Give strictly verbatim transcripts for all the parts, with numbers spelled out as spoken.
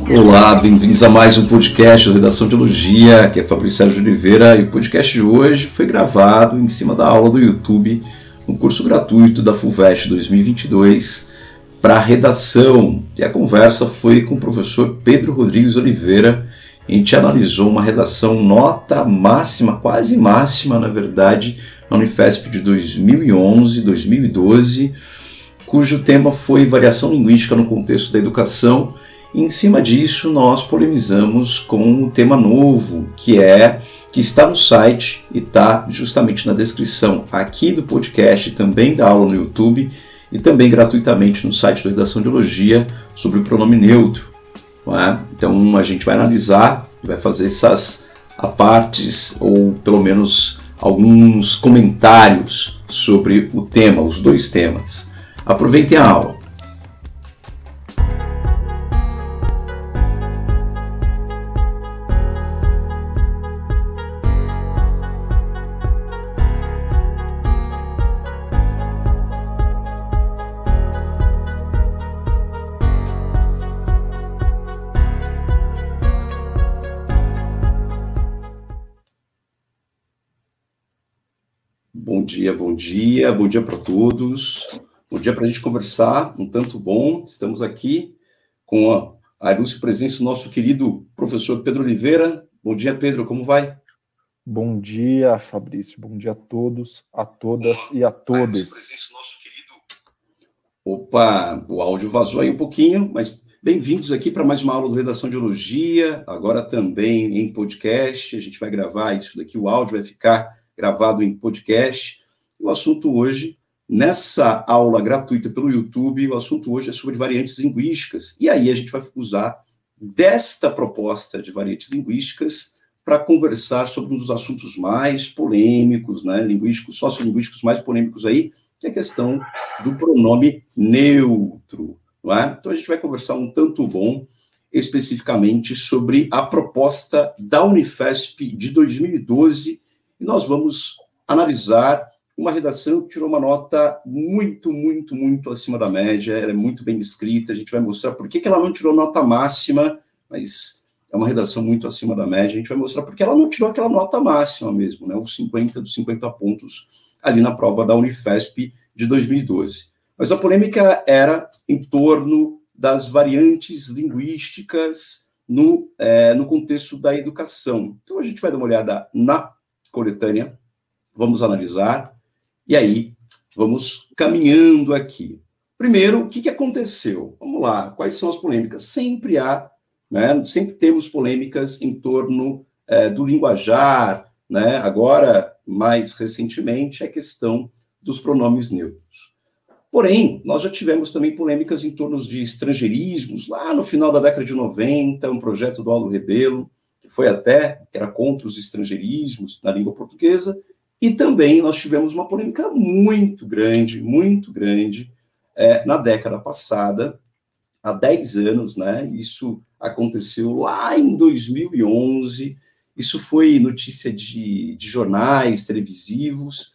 Olá, bem-vindos a mais um podcast da Redação de Teologia, aqui é Fabrício Sérgio Oliveira, e o podcast de hoje foi gravado em cima da aula do YouTube, no curso gratuito da FUVEST dois mil e vinte e dois, para redação. E a conversa foi com o professor Pedro Rodrigues Oliveira. A gente analisou uma redação nota máxima, quase máxima, na verdade, na Unifesp de dois mil e onze, dois mil e doze, cujo tema foi variação linguística no contexto da educação. E em cima disso, nós polemizamos com o tema novo, que é que está no site e está justamente na descrição aqui do podcast, também da aula no YouTube e também gratuitamente no site da Redação de Teologia sobre o pronome neutro. Não é? Então a gente vai analisar, vai fazer essas apartes ou pelo menos alguns comentários sobre o tema, os dois temas. Aproveitem a aula. Bom dia, bom dia, bom dia para todos. Bom dia para a gente conversar, um tanto bom. Estamos aqui com a, a ilustre presença do nosso querido professor Pedro Oliveira. Bom dia, Pedro, como vai? Bom dia, Fabrício. Bom dia a todos, a todas e a todos. Presença do nosso querido... Opa, o áudio vazou aí um pouquinho, mas bem-vindos aqui para mais uma aula do Redação de Teologia, agora também em podcast. A gente vai gravar isso daqui, o áudio vai ficar gravado em podcast. O assunto hoje, nessa aula gratuita pelo YouTube, o assunto hoje é sobre variantes linguísticas. E aí a gente vai usar desta proposta de variantes linguísticas para conversar sobre um dos assuntos mais polêmicos, né, linguísticos, sociolinguísticos mais polêmicos aí, que é a questão do pronome neutro. Não é? Então a gente vai conversar um tanto bom especificamente sobre a proposta da Unifesp de dois mil e doze. E nós vamos analisar uma redação que tirou uma nota muito, muito, muito acima da média. Ela é muito bem escrita. A gente vai mostrar por que que ela não tirou nota máxima, mas é uma redação muito acima da média. A gente vai mostrar por que ela não tirou aquela nota máxima mesmo, né? Os cinquenta dos cinquenta pontos ali na prova da Unifesp de dois mil e doze. Mas a polêmica era em torno das variantes linguísticas no, é, no contexto da educação. Então a gente vai dar uma olhada na coletânea, vamos analisar, e aí vamos caminhando aqui. Primeiro, o que, que aconteceu? Vamos lá, quais são as polêmicas? Sempre há, né, sempre temos polêmicas em torno é, do linguajar, né, agora, mais recentemente, é a questão dos pronomes neutros. Porém, nós já tivemos também polêmicas em torno de estrangeirismos, lá no final da década de noventa, um projeto do Aldo Rebelo, que foi até, que era contra os estrangeirismos na língua portuguesa, e também nós tivemos uma polêmica muito grande, muito grande, é, na década passada, há dez anos, né? Isso aconteceu lá em dois mil e onze, isso foi notícia de, de jornais televisivos,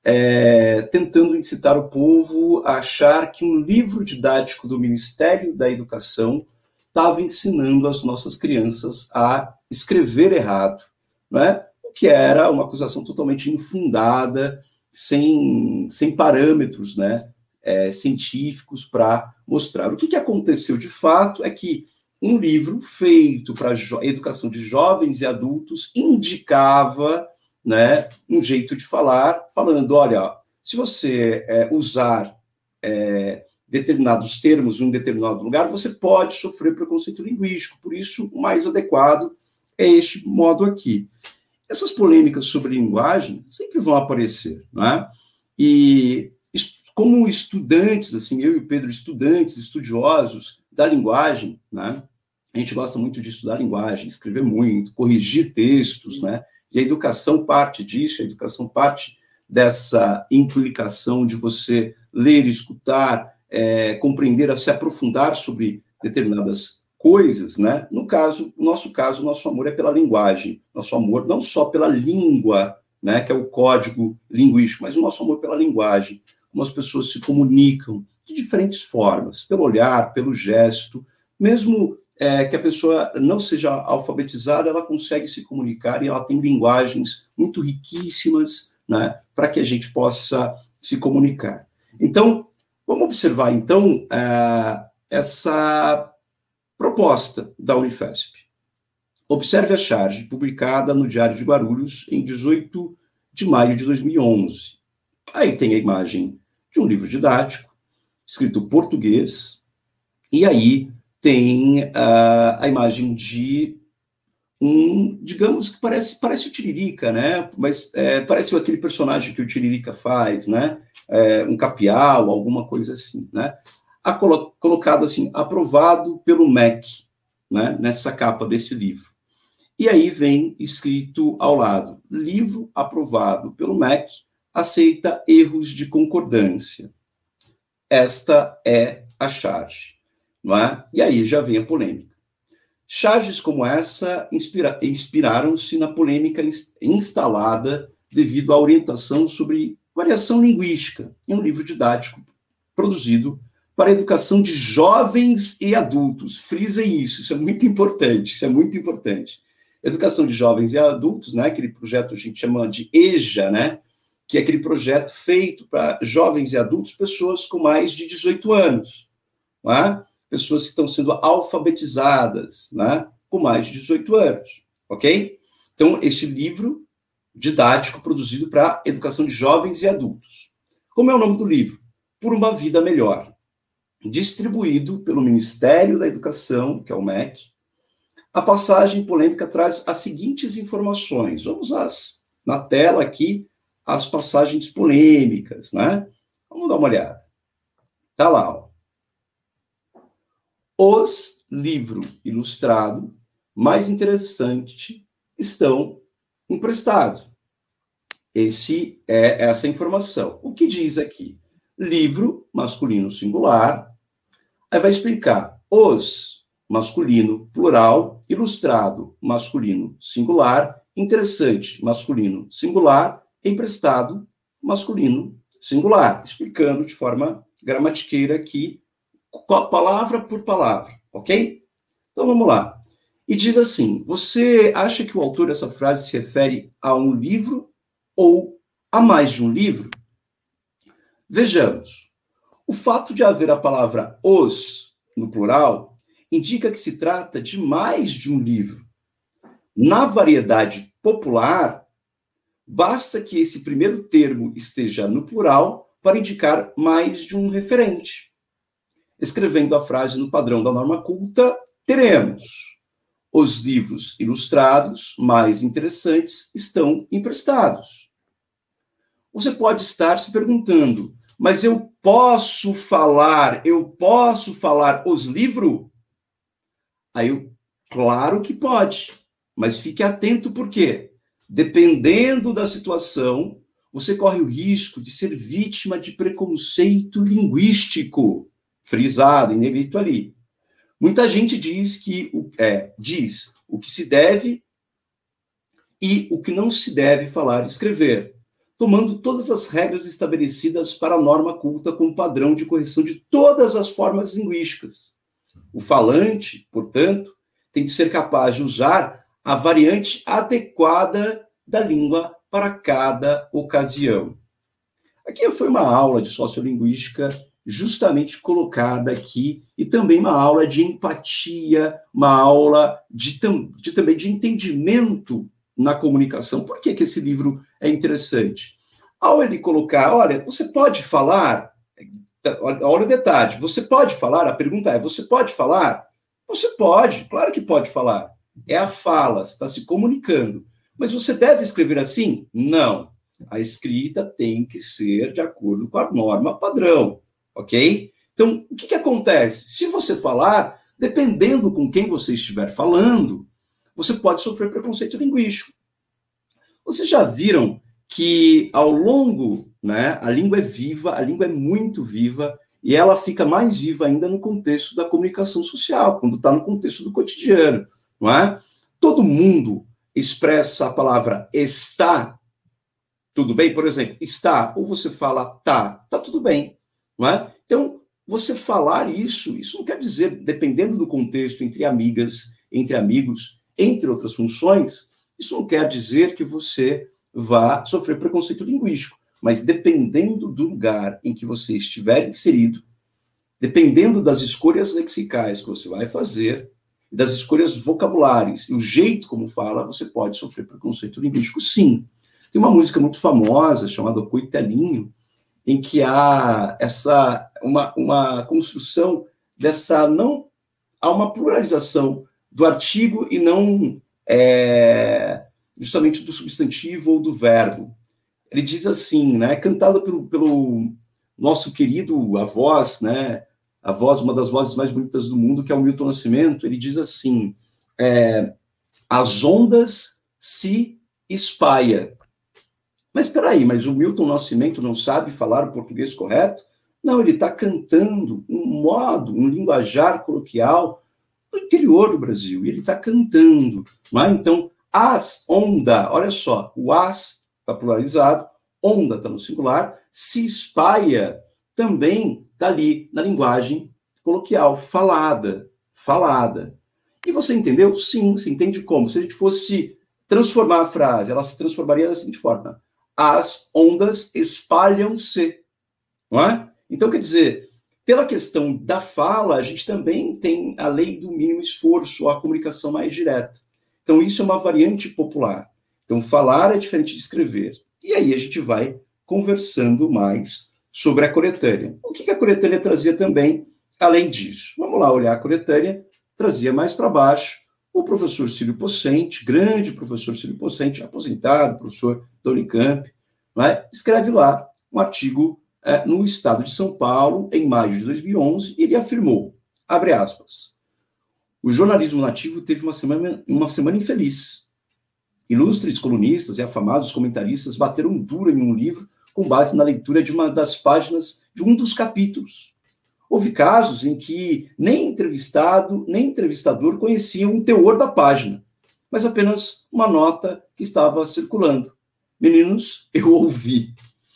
é, tentando incitar o povo a achar que um livro didático do Ministério da Educação estava ensinando as nossas crianças a escrever errado, né? O que era uma acusação totalmente infundada, sem, sem parâmetros, né, é, científicos para mostrar. O que, que aconteceu de fato é que um livro feito para a educação de jovens e adultos indicava, né, um jeito de falar, falando, olha, se você é, usar... É, determinados termos em um determinado lugar, você pode sofrer preconceito linguístico. Por isso, o mais adequado é este modo aqui. Essas polêmicas sobre linguagem sempre vão aparecer, não é? E como estudantes, assim, eu e o Pedro, estudantes, estudiosos da linguagem, né? A gente gosta muito de estudar linguagem, escrever muito, corrigir textos, né? E a educação parte disso, a educação parte dessa implicação de você ler, escutar, É, compreender, a se aprofundar sobre determinadas coisas, né? No caso, no nosso caso, o nosso amor é pela linguagem, nosso amor não só pela língua, né, que é o código linguístico, mas o nosso amor pela linguagem, como as pessoas se comunicam de diferentes formas, pelo olhar, pelo gesto, mesmo é, que a pessoa não seja alfabetizada, ela consegue se comunicar e ela tem linguagens muito riquíssimas, né, para que a gente possa se comunicar. Então, vamos observar, então, uh, essa proposta da Unifesp. Observe a charge publicada no Diário de Guarulhos em dezoito de maio de dois mil e onze. Aí tem a imagem de um livro didático, escrito em português, e aí tem uh, a imagem de um, digamos que parece, parece o Tiririca, né? Mas é, parece aquele personagem que o Tiririca faz, né? É, um capial, alguma coisa assim, né? A colo colocado assim, aprovado pelo M E C, né? Nessa capa desse livro. E aí vem escrito ao lado, livro aprovado pelo M E C, aceita erros de concordância. Esta é a charge, não é? E aí já vem a polêmica. Charges como essa inspira inspiraram-se na polêmica instalada devido à orientação sobre variação linguística em um livro didático produzido para a educação de jovens e adultos. Frisem isso, isso é muito importante, isso é muito importante. Educação de jovens e adultos, né? Aquele projeto a gente chama de EJA, né? Que é aquele projeto feito para jovens e adultos, pessoas com mais de dezoito anos, não é? Pessoas que estão sendo alfabetizadas, né? Com mais de dezoito anos, ok? Então, este livro didático produzido para educação de jovens e adultos. Como é o nome do livro? Por uma Vida Melhor. Distribuído pelo Ministério da Educação, que é o M E C. A passagem polêmica traz as seguintes informações. Vamos às, na tela aqui, as passagens polêmicas, né? Vamos dar uma olhada. Tá lá, ó. Os livros ilustrados mais interessantes estão emprestados. Esse é essa informação. O que diz aqui? Livro masculino singular. Aí vai explicar os masculino plural, ilustrado masculino singular, interessante masculino singular, emprestado masculino singular, explicando de forma gramatiqueira aqui, palavra por palavra, ok? Então vamos lá. E diz assim: você acha que o autor dessa frase se refere a um livro ou a mais de um livro? Vejamos. O fato de haver a palavra os no plural indica que se trata de mais de um livro. Na variedade popular, basta que esse primeiro termo esteja no plural para indicar mais de um referente. Escrevendo a frase no padrão da norma culta, teremos: os livros ilustrados mais interessantes estão emprestados. Você pode estar se perguntando, mas eu posso falar, eu posso falar os livros? Aí, eu, claro que pode, mas fique atento porque, dependendo da situação, você corre o risco de ser vítima de preconceito linguístico, frisado em negrito ali. Muita gente diz que é, diz o que se deve e o que não se deve falar e escrever, tomando todas as regras estabelecidas para a norma culta como padrão de correção de todas as formas linguísticas. O falante, portanto, tem de ser capaz de usar a variante adequada da língua para cada ocasião. Aqui foi uma aula de sociolinguística justamente colocada aqui, e também uma aula de empatia, uma aula de, de também de entendimento na comunicação. Por que que esse livro é interessante? Ao ele colocar, olha, você pode falar... Olha o detalhe, você pode falar? A pergunta é, você pode falar? Você pode, claro que pode falar. É a fala, está se comunicando. Mas você deve escrever assim? Não. A escrita tem que ser de acordo com a norma padrão, ok? Então, o que que acontece? Se você falar, dependendo com quem você estiver falando, você pode sofrer preconceito linguístico. Vocês já viram que ao longo, né, a língua é viva, a língua é muito viva, e ela fica mais viva ainda no contexto da comunicação social, quando está no contexto do cotidiano, não é? Todo mundo expressa a palavra está, tudo bem? Por exemplo, está, ou você fala tá, tá tudo bem, não é? Então, você falar isso, isso não quer dizer, dependendo do contexto, entre amigas, entre amigos, entre outras funções, isso não quer dizer que você vá sofrer preconceito linguístico, mas dependendo do lugar em que você estiver inserido, dependendo das escolhas lexicais que você vai fazer, das escolhas vocabulares e o jeito como fala, você pode sofrer preconceito linguístico, sim. Tem uma música muito famosa chamada Coitelinho, em que há essa uma, uma construção dessa não há uma pluralização do artigo e não é, justamente do substantivo ou do verbo. Ele diz assim, né, cantado pelo, pelo nosso querido a voz, né, a voz, uma das vozes mais bonitas do mundo, que é o Milton Nascimento. Ele diz assim, é, as ondas se espalha. Mas espera aí, mas o Milton Nascimento não sabe falar o português correto? Não, ele está cantando um modo, um linguajar coloquial do interior do Brasil, e ele está cantando. Não é? Então, as onda, olha só, o as está pluralizado, onda está no singular, se espalha também está ali na linguagem coloquial, falada, falada. E você entendeu? Sim, você entende como? Se a gente fosse transformar a frase, ela se transformaria da seguinte forma: as ondas espalham-se, não é? Então, quer dizer, pela questão da fala, a gente também tem a lei do mínimo esforço, ou a comunicação mais direta. Então, isso é uma variante popular. Então, falar é diferente de escrever. E aí a gente vai conversando mais sobre a coletânea. O que a coletânea trazia também, além disso? Vamos lá olhar a coletânea, trazia mais para baixo o professor Círio Pocente, grande professor Círio Pocente, aposentado, professor da Unicamp, né? Escreve lá um artigo é, no Estado de São Paulo, em maio de dois mil e onze, e ele afirmou, abre aspas, o jornalismo nativo teve uma semana, uma semana infeliz. Ilustres colunistas e afamados comentaristas bateram duro em um livro com base na leitura de uma das páginas de um dos capítulos. Houve casos em que nem entrevistado, nem entrevistador conheciam o teor da página, mas apenas uma nota que estava circulando. Meninos, eu ouvi.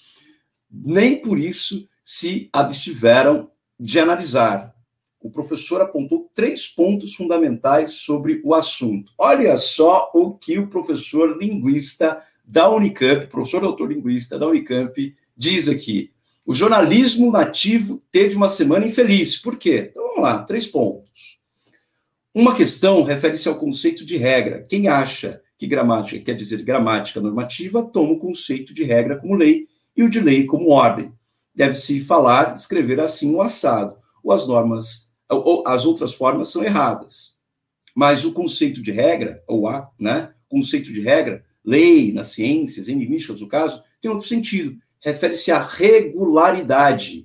Nem por isso se abstiveram de analisar. O professor apontou três pontos fundamentais sobre o assunto. Olha só o que o professor linguista da Unicamp, professor doutor linguista da Unicamp, diz aqui. O jornalismo nativo teve uma semana infeliz. Por quê? Então vamos lá, três pontos. Uma questão refere-se ao conceito de regra. Quem acha que gramática quer dizer gramática normativa, toma o conceito de regra como lei e o de lei como ordem. Deve-se falar, escrever assim o assado, ou as normas, ou as outras formas são erradas. Mas o conceito de regra, ou a, né, conceito de regra, lei nas ciências, em linguísticas no caso, tem outro sentido. Refere-se à regularidade.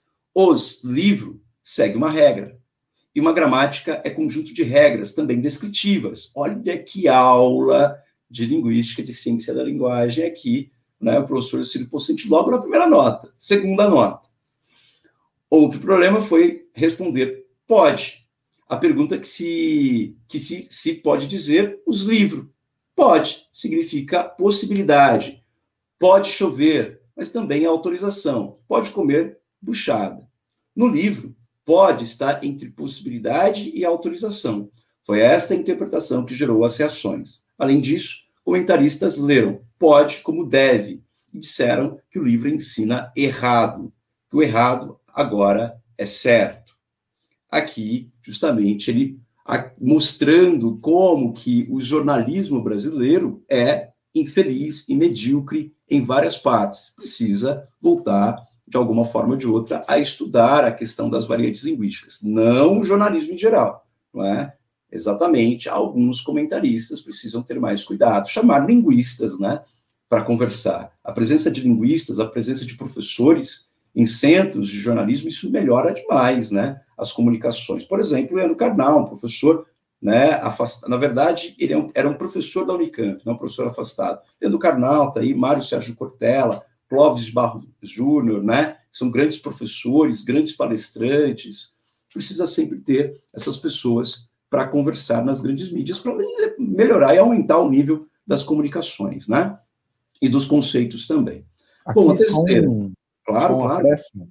Os livro segue uma regra. E uma gramática é conjunto de regras, também descritivas. Olha que aula de linguística, de ciência da linguagem aqui, né, o professor Círio Pocente logo na primeira nota, segunda nota. Outro problema foi responder pode. A pergunta que se, que se, se pode dizer, os livros. Pode, significa possibilidade. Pode chover, mas também é autorização. Pode comer buchada. No livro, pode estar entre possibilidade e autorização. Foi esta a interpretação que gerou as reações. Além disso, comentaristas leram pode como deve e disseram que o livro ensina errado, que o errado agora é certo. Aqui, justamente, ele mostrando como que o jornalismo brasileiro é infeliz e medíocre em várias partes. Precisa voltar, de alguma forma ou de outra, a estudar a questão das variantes linguísticas. Não o jornalismo em geral, não é? Exatamente, alguns comentaristas precisam ter mais cuidado, chamar linguistas, né, para conversar. A presença de linguistas, a presença de professores em centros de jornalismo, isso melhora demais, né, as comunicações. Por exemplo, o Leandro Carnal, um professor, né, afastado, na verdade, ele era um professor da Unicamp, não um professor afastado. Leandro Carnal, tá aí, Mário Sérgio Cortella, Clóvis Barros Júnior, né, são grandes professores, grandes palestrantes. Precisa sempre ter essas pessoas para conversar nas grandes mídias, para melhorar e aumentar o nível das comunicações, né? E dos conceitos também. Aqui Bom, a terceira. um, Claro, um claro. acréscimo.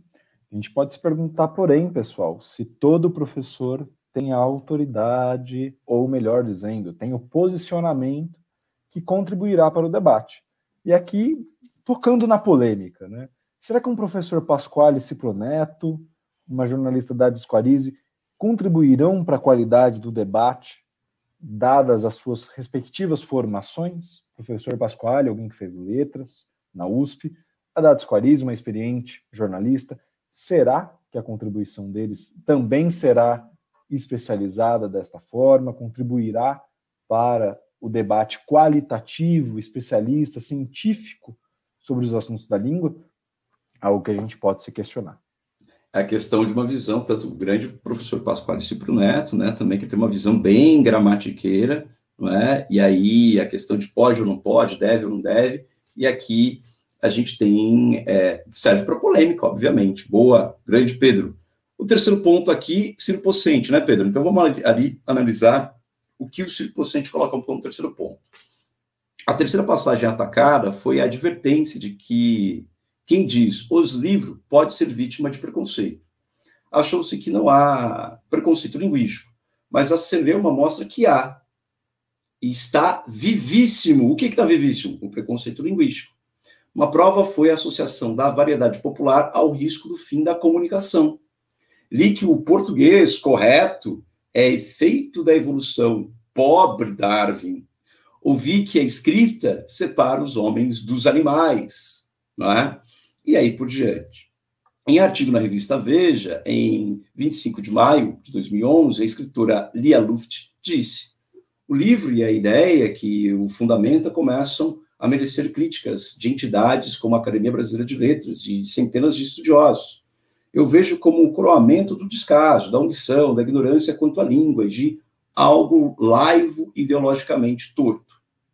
A gente pode se perguntar, porém, pessoal, se todo professor tem a autoridade, ou melhor dizendo, tem o posicionamento que contribuirá para o debate. E aqui, tocando na polêmica, né? Será que um professor Pasquale Ciproneto, uma jornalista da Disquarize, contribuirão para a qualidade do debate, dadas as suas respectivas formações? Professor Pasquale, alguém que fez letras na U S P, a da Disquarize, uma experiente jornalista. Será que a contribuição deles também será especializada desta forma, contribuirá para o debate qualitativo, especialista, científico sobre os assuntos da língua? Algo que a gente pode se questionar. A questão de uma visão, tanto o grande professor Pasquale Ciproneto, né, também que tem uma visão bem gramatiqueira, não é? E aí a questão de pode ou não pode, deve ou não deve, e aqui a gente tem, é, serve para polêmica, obviamente. Boa, grande Pedro. O terceiro ponto aqui, Ciro Pocente, né, Pedro? Então vamos ali, ali analisar o que o Ciro Pocente coloca como terceiro ponto. A terceira passagem atacada foi a advertência de que quem diz os livros pode ser vítima de preconceito. Achou-se que não há preconceito linguístico, mas acendeu uma mostra que há. E está vivíssimo. O que está vivíssimo? O preconceito linguístico. Uma prova foi a associação da variedade popular ao risco do fim da comunicação. Li que o português correto é efeito da evolução. Pobre Darwin. Ouvi que a escrita separa os homens dos animais, não é? E aí por diante. Em artigo na revista Veja, em vinte e cinco de maio de dois mil e onze, a escritora Lia Luft disse: o livro e a ideia que o fundamenta começam a merecer críticas de entidades como a Academia Brasileira de Letras e de centenas de estudiosos. Eu vejo como o coroamento do descaso, da omissão, da ignorância quanto à língua e de algo laivo ideologicamente torto,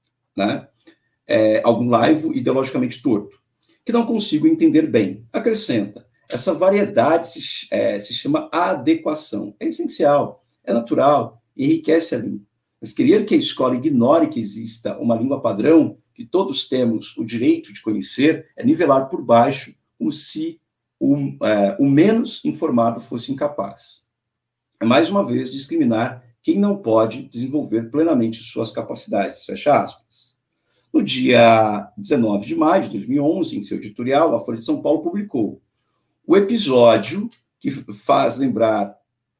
né? É, algum laivo ideologicamente torto, que não consigo entender bem. Acrescenta, essa variedade se, é, se chama adequação. É essencial, é natural, enriquece a língua. Mas querer que a escola ignore que exista uma língua padrão, que todos temos o direito de conhecer, é nivelar por baixo, como se o, é, o menos informado fosse incapaz. É, mais uma vez, discriminar quem não pode desenvolver plenamente suas capacidades. Fecha aspas. No dia dezenove de maio de dois mil e onze, em seu editorial, a Folha de São Paulo publicou o episódio que faz lembrar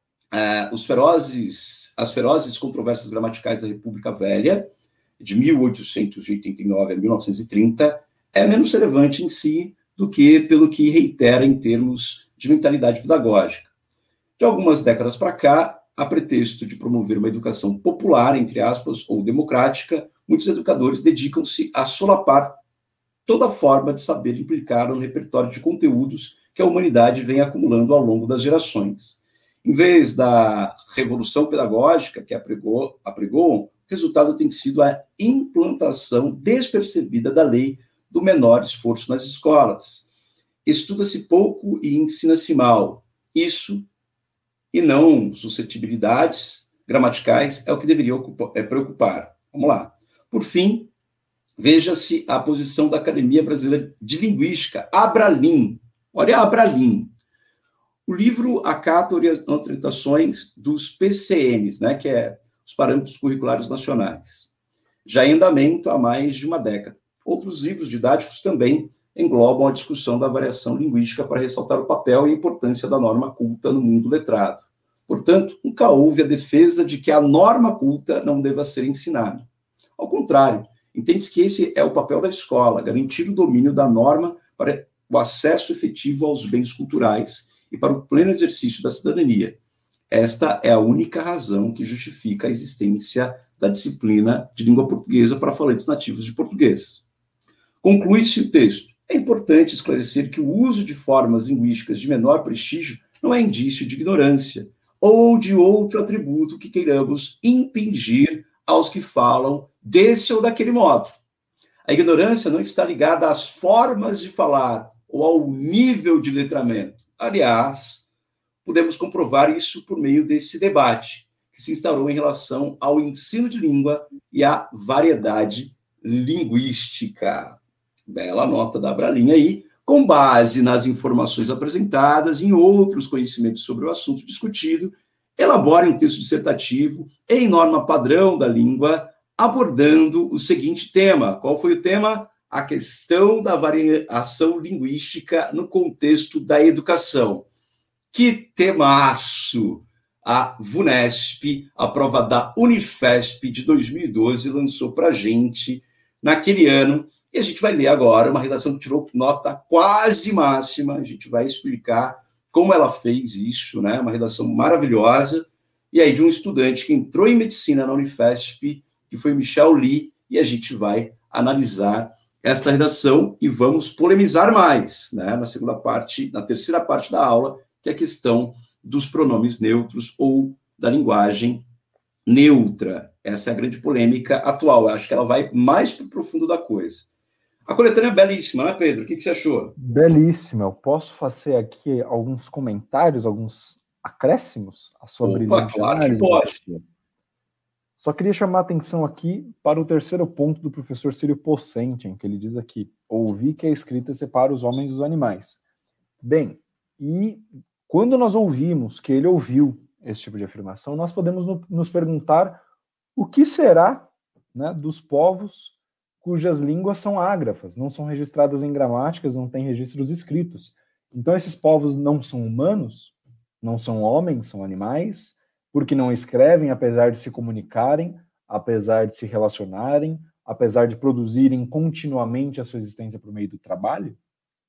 uh, os ferozes, as ferozes controvérsias gramaticais da República Velha, de mil oitocentos e oitenta e nove a mil novecentos e trinta, é menos relevante em si do que pelo que reitera em termos de mentalidade pedagógica. De algumas décadas para cá, a pretexto de promover uma educação popular, entre aspas, ou democrática, muitos educadores dedicam-se a solapar toda forma de saber implicar no repertório de conteúdos que a humanidade vem acumulando ao longo das gerações. Em vez da revolução pedagógica que apregou, apregoam, o resultado tem sido a implantação despercebida da lei do menor esforço nas escolas. Estuda-se pouco e ensina-se mal. Isso, e não suscetibilidades gramaticais, é o que deveria ocupar, é, preocupar. Vamos lá. Por fim, veja-se a posição da Academia Brasileira de Linguística, Abralim. Olha a Abralim. O livro acata orientações dos P C Ns, né, que é os Parâmetros Curriculares Nacionais, já em andamento há mais de uma década. Outros livros didáticos também englobam a discussão da variação linguística para ressaltar o papel e a importância da norma culta no mundo letrado. Portanto, nunca houve a defesa de que a norma culta não deva ser ensinada. Ao contrário, entende-se que esse é o papel da escola, garantir o domínio da norma para o acesso efetivo aos bens culturais e para o pleno exercício da cidadania. Esta é a única razão que justifica a existência da disciplina de língua portuguesa para falantes nativos de português. Conclui-se o texto. É importante esclarecer que o uso de formas linguísticas de menor prestígio não é indício de ignorância ou de outro atributo que queiramos impingir aos que falam desse ou daquele modo. A ignorância não está ligada às formas de falar ou ao nível de letramento. Aliás, podemos comprovar isso por meio desse debate que se instaurou em relação ao ensino de língua e à variedade linguística. Bela nota da Abralim aí, com base nas informações apresentadas e em outros conhecimentos sobre o assunto discutido, elabore um texto dissertativo em norma padrão da língua, abordando o seguinte tema. Qual foi o tema? A questão da variação linguística no contexto da educação. Que temaço! A VUNESP, a prova da Unifesp de dois mil e doze, lançou para a gente naquele ano. E a gente vai ler agora uma redação que tirou nota quase máxima. A gente vai explicar como ela fez isso, né? Uma redação maravilhosa. E aí, de um estudante que entrou em medicina na Unifesp, que foi Michel Lee, e a gente vai analisar esta redação e vamos polemizar mais, né? Na segunda parte, na terceira parte da aula, que é a questão dos pronomes neutros ou da linguagem neutra. Essa é a grande polêmica atual. Eu acho que ela vai mais para o profundo da coisa. A coletânea é belíssima, né, Pedro? O que, que você achou? Belíssima. Eu posso fazer aqui alguns comentários, alguns acréscimos sobre Opa, claro que pode. Só queria chamar a atenção aqui para o terceiro ponto do professor Círio Pocente, em que ele diz aqui: ouvi que a escrita separa os homens dos animais. Bem, e quando nós ouvimos que ele ouviu esse tipo de afirmação, nós podemos no, nos perguntar o que será, né, dos povos cujas línguas são ágrafas, não são registradas em gramáticas, não têm registros escritos. Então esses povos não são humanos, não são homens, são animais, porque não escrevem, apesar de se comunicarem, apesar de se relacionarem, apesar de produzirem continuamente a sua existência por meio do trabalho.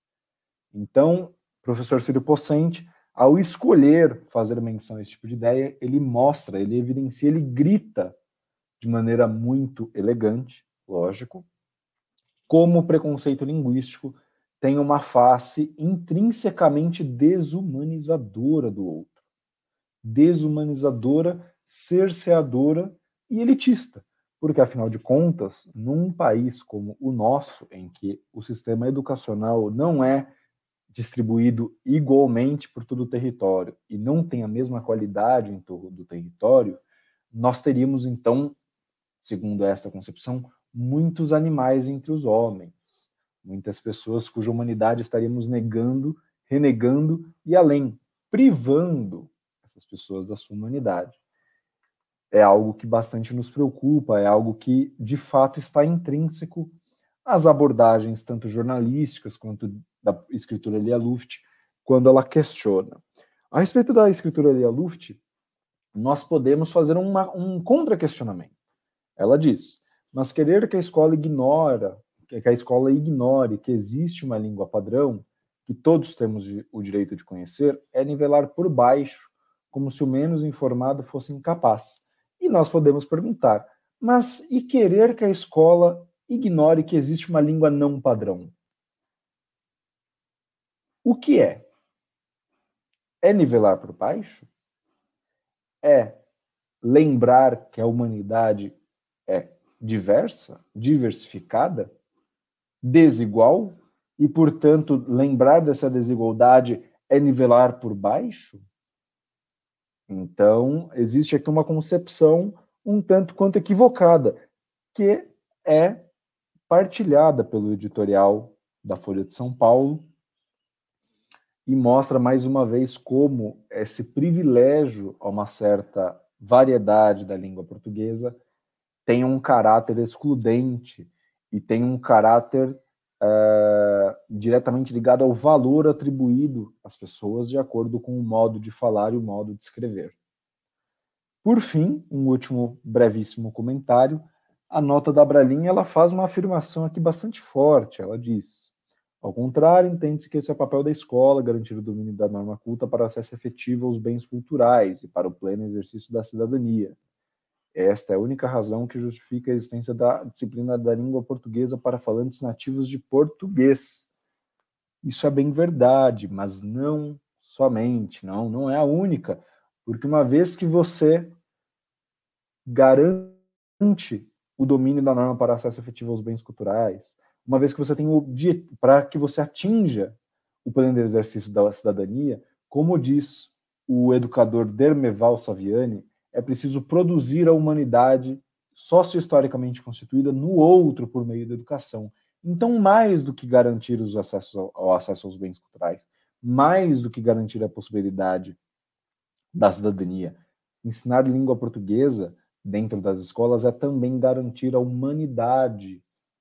Então, professor Círio Pocente, ao escolher fazer menção a esse tipo de ideia, ele mostra, ele evidencia, ele grita de maneira muito elegante, lógico, como o preconceito linguístico tem uma face intrinsecamente desumanizadora do outro. Desumanizadora, cerceadora e elitista. Porque, afinal de contas, num país como o nosso, em que o sistema educacional não é distribuído igualmente por todo o território e não tem a mesma qualidade em todo o território, nós teríamos, então, segundo esta concepção, muitos animais entre os homens, muitas pessoas cuja humanidade estaríamos negando, renegando e, além, privando essas pessoas da sua humanidade. É algo que bastante nos preocupa, é algo que, de fato, está intrínseco às abordagens tanto jornalísticas quanto da escritura Lia Luft, quando ela questiona. A respeito da escritura Lia Luft, nós podemos fazer uma, um contra-questionamento. Ela diz: mas querer que a escola ignora, que a escola ignore que existe uma língua padrão, que todos temos o direito de conhecer, é nivelar por baixo, como se o menos informado fosse incapaz. E nós podemos perguntar: mas e querer que a escola ignore que existe uma língua não padrão? O que é? É nivelar por baixo? É lembrar que a humanidade é diversa, diversificada, desigual, e, portanto, lembrar dessa desigualdade é nivelar por baixo? Então, existe aqui uma concepção um tanto quanto equivocada, que é partilhada pelo editorial da Folha de São Paulo e mostra mais uma vez como esse privilégio a uma certa variedade da língua portuguesa tem um caráter excludente e tem um caráter uh, diretamente ligado ao valor atribuído às pessoas de acordo com o modo de falar e o modo de escrever. Por fim, um último brevíssimo comentário. A nota da Abralin, ela faz uma afirmação aqui bastante forte. Ela diz: ao contrário, entende-se que esse é o papel da escola, garantir o domínio da norma culta para o acesso efetivo aos bens culturais e para o pleno exercício da cidadania. Esta é a única razão que justifica a existência da disciplina da língua portuguesa para falantes nativos de português. Isso é bem verdade, mas não somente, não, não é a única, porque uma vez que você garante o domínio da norma para acesso efetivo aos bens culturais, uma vez que você tem o objetivo, para que você atinja o pleno exercício da cidadania, como diz o educador Dermeval Saviani, é preciso produzir a humanidade socio-historicamente constituída no outro por meio da educação. Então, mais do que garantir os acessos ao, ao acesso aos bens culturais, mais do que garantir a possibilidade da cidadania, ensinar língua portuguesa dentro das escolas é também garantir a humanidade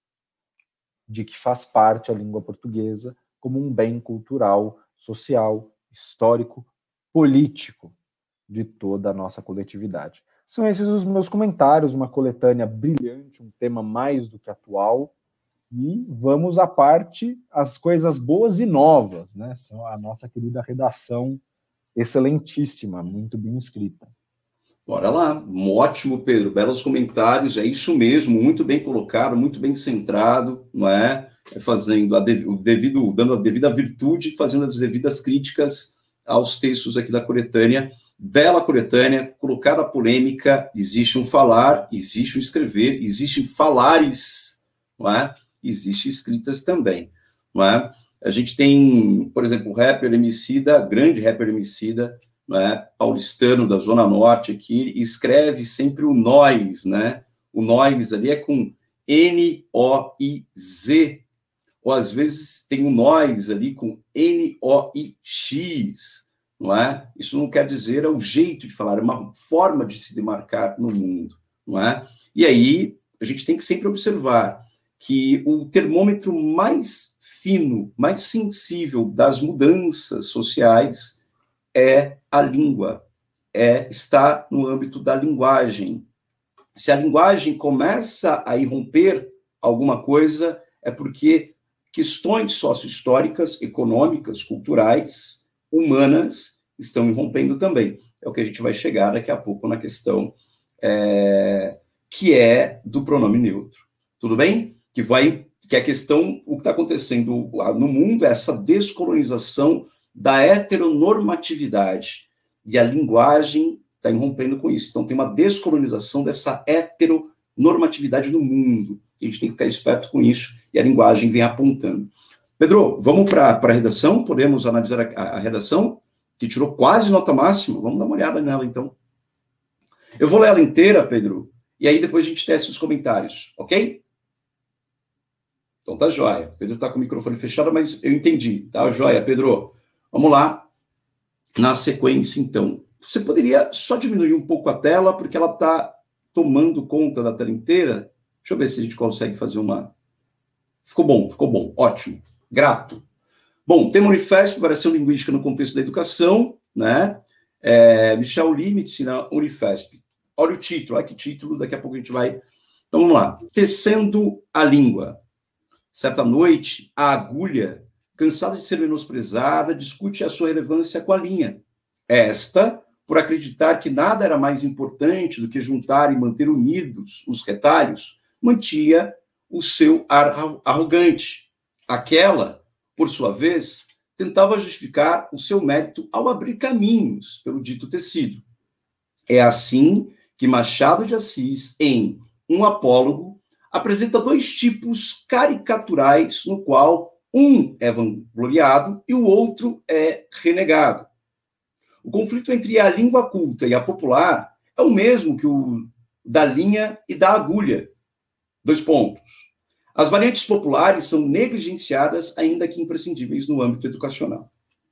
de que faz parte a língua portuguesa como um bem cultural, social, histórico, político de toda a nossa coletividade. São esses os meus comentários, uma coletânea brilhante, um tema mais do que atual, e vamos à parte, as coisas boas e novas, né? São a nossa querida redação excelentíssima, muito bem escrita. Bora lá, um ótimo, Pedro, belos comentários, é isso mesmo, muito bem colocado, muito bem centrado, não é? É fazendo a dev, o devido, dando a devida virtude, fazendo as devidas críticas aos textos aqui da coletânea, bela coletânea, colocada a polêmica, existe um falar, existe um escrever, existem falares, não é? Existe escritas também, não é? A gente tem, por exemplo, o rapper Emicida, grande rapper Emicida, né, paulistano da Zona Norte aqui, escreve sempre o nós, né? O nós ali é com N O I Z, ou às vezes tem o nós ali com N O I X, não é? Isso não quer dizer, é um jeito de falar, é uma forma de se demarcar no mundo, não é? E aí, a gente tem que sempre observar que o termômetro mais fino, mais sensível das mudanças sociais é a língua, é, está no âmbito da linguagem. Se a linguagem começa a irromper alguma coisa, é porque questões sócio-históricas, econômicas, culturais, humanas, estão irrompendo também. É o que a gente vai chegar daqui a pouco na questão é, que é do pronome neutro. Tudo bem? Que vai, que é a questão, o que está acontecendo no mundo é essa descolonização da heteronormatividade, e a linguagem está irrompendo com isso. Então, tem uma descolonização dessa heteronormatividade no mundo. A gente tem que ficar esperto com isso, e a linguagem vem apontando. Pedro, vamos para a redação? Podemos analisar a, a, a redação, que tirou quase nota máxima? Vamos dar uma olhada nela, então. Eu vou ler ela inteira, Pedro, e aí depois a gente testa os comentários, ok? Então tá joia. Pedro está com o microfone fechado, mas eu entendi. Tá joia, Pedro. Vamos lá, na sequência, então. Você poderia só diminuir um pouco a tela, porque ela está tomando conta da tela inteira? Deixa eu ver se a gente consegue fazer uma... Ficou bom, ficou bom, ótimo, grato. Bom, tema Unifesp, variação linguística no contexto da educação, né? É, Michel Lee, Medicina Unifesp. Olha o título, olha que título, daqui a pouco a gente vai... Então vamos lá. Tecendo a língua. Certa noite, a agulha, cansada de ser menosprezada, discute a sua relevância com a linha. Esta, por acreditar que nada era mais importante do que juntar e manter unidos os retalhos, mantinha o seu ar arrogante. Aquela, por sua vez, tentava justificar o seu mérito ao abrir caminhos pelo dito tecido. É assim que Machado de Assis, em Um Apólogo, apresenta dois tipos caricaturais no qual um é vangloriado e o outro é renegado. O conflito entre a língua culta e a popular é o mesmo que o da linha e da agulha. Dois pontos. As variantes populares são negligenciadas, ainda que imprescindíveis no âmbito educacional.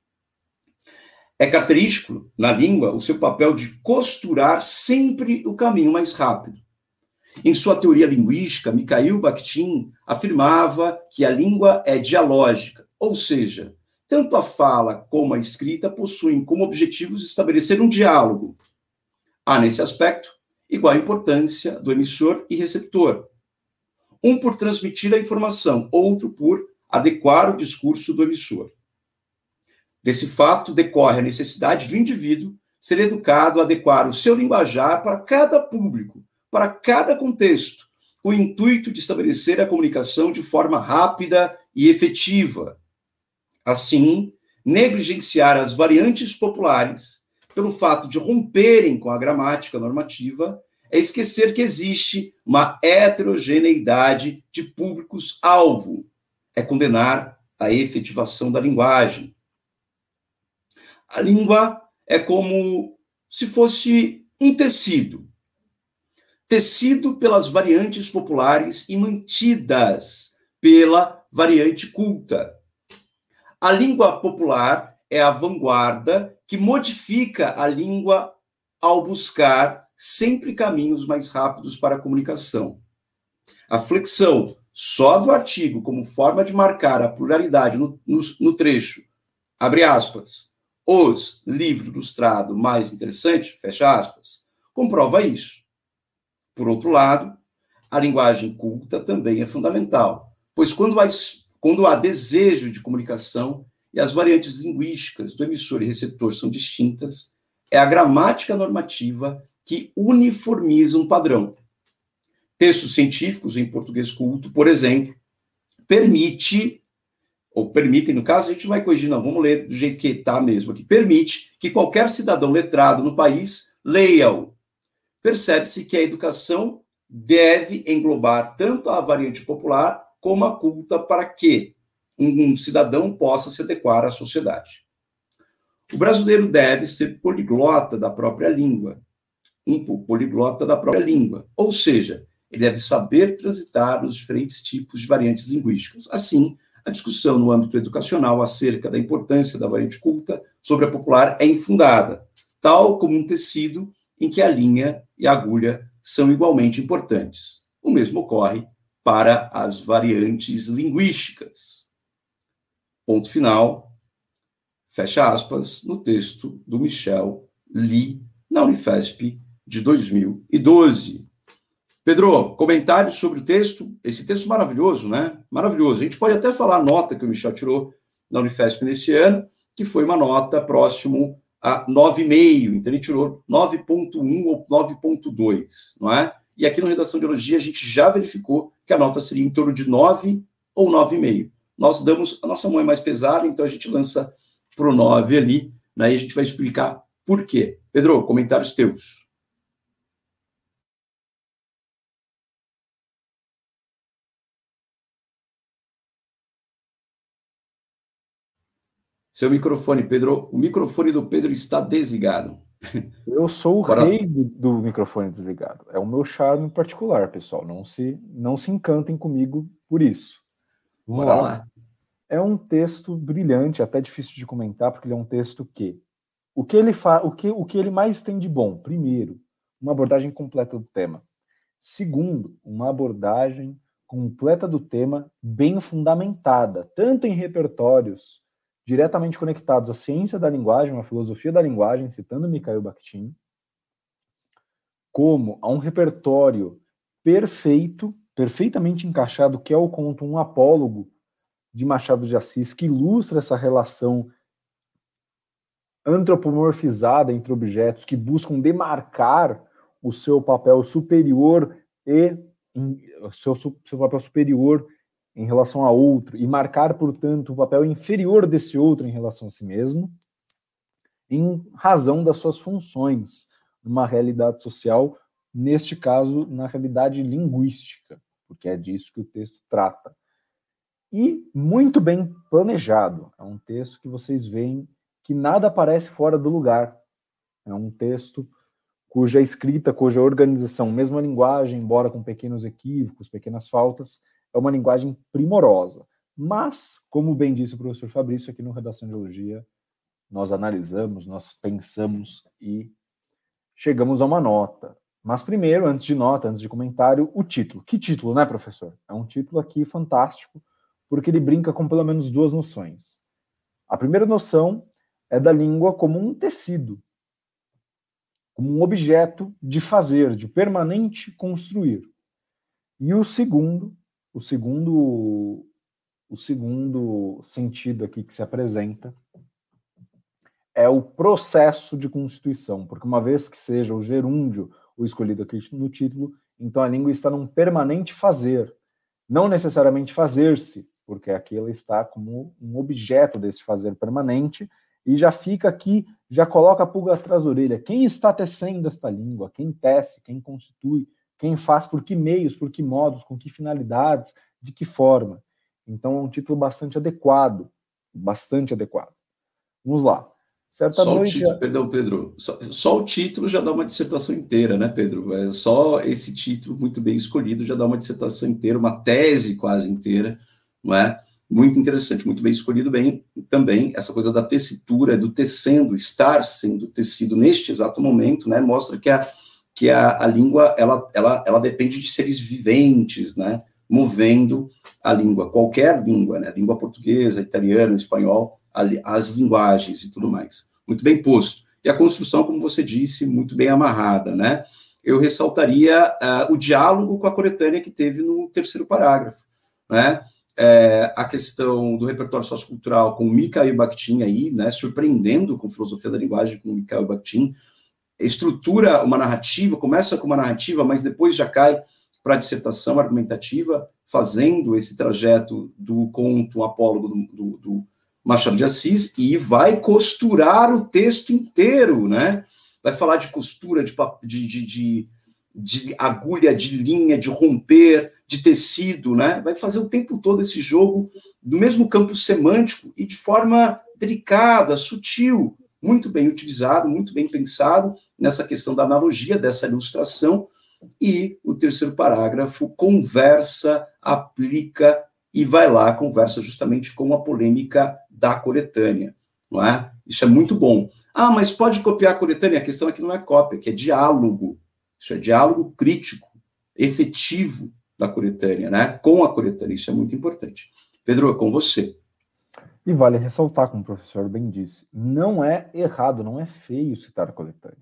É característico, na língua, o seu papel de costurar sempre o caminho mais rápido. Em sua teoria linguística, Mikhail Bakhtin afirmava que a língua é dialógica, ou seja, tanto a fala como a escrita possuem como objetivos estabelecer um diálogo. Há, nesse aspecto, igual importância do emissor e receptor. Um por transmitir a informação, outro por adequar o discurso do emissor. Desse fato decorre a necessidade do indivíduo ser educado a adequar o seu linguajar para cada público, para cada contexto, com o intuito de estabelecer a comunicação de forma rápida e efetiva. Assim, negligenciar as variantes populares, pelo fato de romperem com a gramática normativa, é esquecer que existe uma heterogeneidade de públicos-alvo, é condenar a efetivação da linguagem. A língua é como se fosse um tecido, tecido pelas variantes populares e mantidas pela variante culta. A língua popular é a vanguarda que modifica a língua ao buscar sempre caminhos mais rápidos para a comunicação. A flexão só do artigo como forma de marcar a pluralidade no, no, no trecho, abre aspas, os livro ilustrado mais interessante, fecha aspas, comprova isso. Por outro lado, a linguagem culta também é fundamental, pois quando há, quando há desejo de comunicação e as variantes linguísticas do emissor e receptor são distintas, é a gramática normativa que uniformiza um padrão. Textos científicos em português culto, por exemplo, permite, ou permitem, no caso, a gente não vai corrigir, não, vamos ler do jeito que está mesmo aqui, permite que qualquer cidadão letrado no país leia-o. Percebe-se que a educação deve englobar tanto a variante popular como a culta para que um, um cidadão possa se adequar à sociedade. O brasileiro deve ser poliglota da própria língua, um poliglota da própria língua, ou seja, ele deve saber transitar nos diferentes tipos de variantes linguísticas. Assim, a discussão no âmbito educacional acerca da importância da variante culta sobre a popular é infundada, tal como um tecido em que a linha e a agulha são igualmente importantes. O mesmo ocorre para as variantes linguísticas. Ponto final, fecha aspas, no texto do Michel Lee, na Unifesp, de dois mil e doze. Pedro, comentários sobre o texto? Esse texto maravilhoso, né? Maravilhoso. A gente pode até falar a nota que o Michel tirou na Unifesp nesse ano, que foi uma nota próximo a nove vírgula cinco, então ele tirou nove ponto um ou nove ponto dois, não é? E aqui no Redação de Biologia a gente já verificou que a nota seria em torno de nove ou nove vírgula cinco. Nós damos, a nossa mão é mais pesada, então a gente lança para o nove ali, né? E a gente vai explicar por quê. Pedro, comentários teus. Seu microfone, Pedro, o microfone do Pedro está desligado. Eu sou o Bora. rei do, do microfone desligado. É o meu charme particular, pessoal. Não se, não se encantem comigo por isso. Vamos Bora lá. lá. É um texto brilhante, até difícil de comentar, porque ele é um texto que o que ele fa... o que, o que ele mais tem de bom? Primeiro, uma abordagem completa do tema. Segundo, uma abordagem completa do tema, bem fundamentada, tanto em repertórios diretamente conectados à ciência da linguagem, à filosofia da linguagem, citando Mikhail Bakhtin, como a um repertório perfeito, perfeitamente encaixado, que é o conto Um Apólogo, de Machado de Assis, que ilustra essa relação antropomorfizada entre objetos que buscam demarcar o seu papel superior e o seu, seu papel superior em relação a outro, e marcar, portanto, o papel inferior desse outro em relação a si mesmo, em razão das suas funções numa realidade social, neste caso, na realidade linguística, porque é disso que o texto trata. E muito bem planejado. É um texto que vocês veem que nada parece fora do lugar. É um texto cuja escrita, cuja organização, mesmo a linguagem, embora com pequenos equívocos, pequenas faltas, é uma linguagem primorosa. Mas, como bem disse o professor Fabrício aqui no Redação de Biologia, nós analisamos, nós pensamos e chegamos a uma nota. Mas primeiro, antes de nota, antes de comentário, o título. Que título, né, professor? É um título aqui fantástico, porque ele brinca com pelo menos duas noções. A primeira noção é da língua como um tecido, como um objeto de fazer, de permanente construir. E o segundo, o segundo, o segundo sentido aqui que se apresenta é o processo de constituição, porque uma vez que seja o gerúndio o escolhido aqui no título, então a língua está num permanente fazer, não necessariamente fazer-se, porque aqui ela está como um objeto desse fazer permanente, e já fica aqui, já coloca a pulga atrás da orelha. Quem está tecendo esta língua? Quem tece? Quem constitui? Quem faz? Por que meios? Por que modos? Com que finalidades? De que forma? Então é um título bastante adequado, bastante adequado. Vamos lá. Certa só noite... o título, perdão, Pedro, só, só o título já dá uma dissertação inteira, né, Pedro? É só esse título muito bem escolhido já dá uma dissertação inteira, uma tese quase inteira não é? Muito interessante, muito bem escolhido bem também, essa coisa da tessitura, do tecendo, estar sendo tecido neste exato momento, né, mostra que a, que a, a língua, ela, ela, ela depende de seres viventes, né, movendo a língua, qualquer língua, né, língua portuguesa, italiano, espanhol, a, as linguagens e tudo mais. Muito bem posto. E a construção, como você disse, muito bem amarrada, né? Eu ressaltaria uh, o diálogo com a coletânea que teve no terceiro parágrafo, né? É, a questão do repertório sociocultural com o Mikhail Bakhtin aí, né, surpreendendo com filosofia da linguagem com o Mikhail Bakhtin, estrutura uma narrativa, começa com uma narrativa, mas depois já cai para a dissertação argumentativa, fazendo esse trajeto do conto, um apólogo do, do, do Machado de Assis, e vai costurar o texto inteiro, né? Vai falar de costura, de, de, de, de, de agulha, de linha, de romper, de tecido, né? Vai fazer o tempo todo esse jogo do mesmo campo semântico e de forma delicada, sutil, muito bem utilizado, muito bem pensado nessa questão da analogia, dessa ilustração, e o terceiro parágrafo conversa, aplica e vai lá, conversa justamente com a polêmica da coletânea, não é? Isso é muito bom. Ah, mas pode copiar a coletânea? A questão aqui não é cópia, que é diálogo. Isso é diálogo crítico, efetivo da coletânea, né? Com a coletânea, isso é muito importante. Pedro, é com você. E vale ressaltar, como o professor bem disse, não é errado, não é feio citar a coletânea.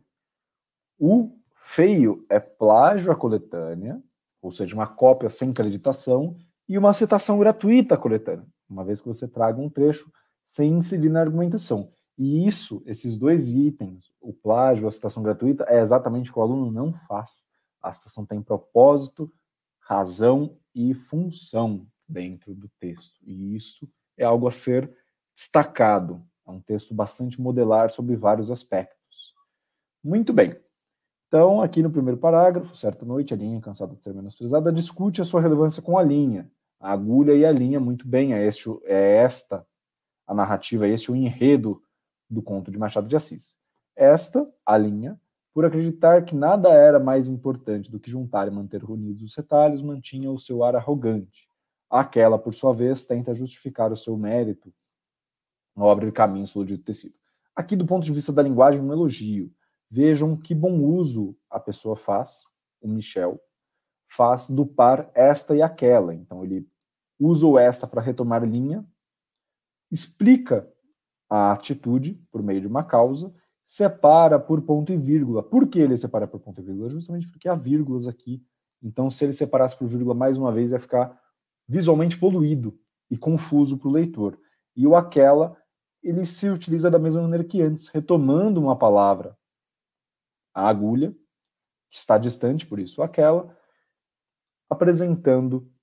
O feio é plágio à coletânea, ou seja, uma cópia sem acreditação, e uma citação gratuita à coletânea, uma vez que você traga um trecho sem incidir na argumentação. E isso, esses dois itens, o plágio, a citação gratuita, é exatamente o que o aluno não faz. A citação tem propósito, razão e função dentro do texto. E isso é algo a ser destacado. É um texto bastante modelar sobre vários aspectos. Muito bem. Então, aqui no primeiro parágrafo, certa noite, a linha, cansada de ser menosprezada, discute a sua relevância com a linha. A agulha e a linha, muito bem, é, este, é esta a narrativa, é este o enredo do conto de Machado de Assis. Esta, a linha, por acreditar que nada era mais importante do que juntar e manter unidos os retalhos, mantinha o seu ar arrogante. Aquela, por sua vez, tenta justificar o seu mérito ao abrir caminhos pelo dito tecido. Aqui, do ponto de vista da linguagem, um elogio. Vejam que bom uso a pessoa faz, o Michel, faz do par esta e aquela. Então, ele usa o esta para retomar linha, explica a atitude por meio de uma causa, separa por ponto e vírgula. Por que ele separa por ponto e vírgula? Justamente porque há vírgulas aqui. Então, se ele separasse por vírgula mais uma vez, ia ficar visualmente poluído e confuso para o leitor. E o aquela, ele se utiliza da mesma maneira que antes, retomando uma palavra, a agulha, que está distante, por isso aquela, apresentando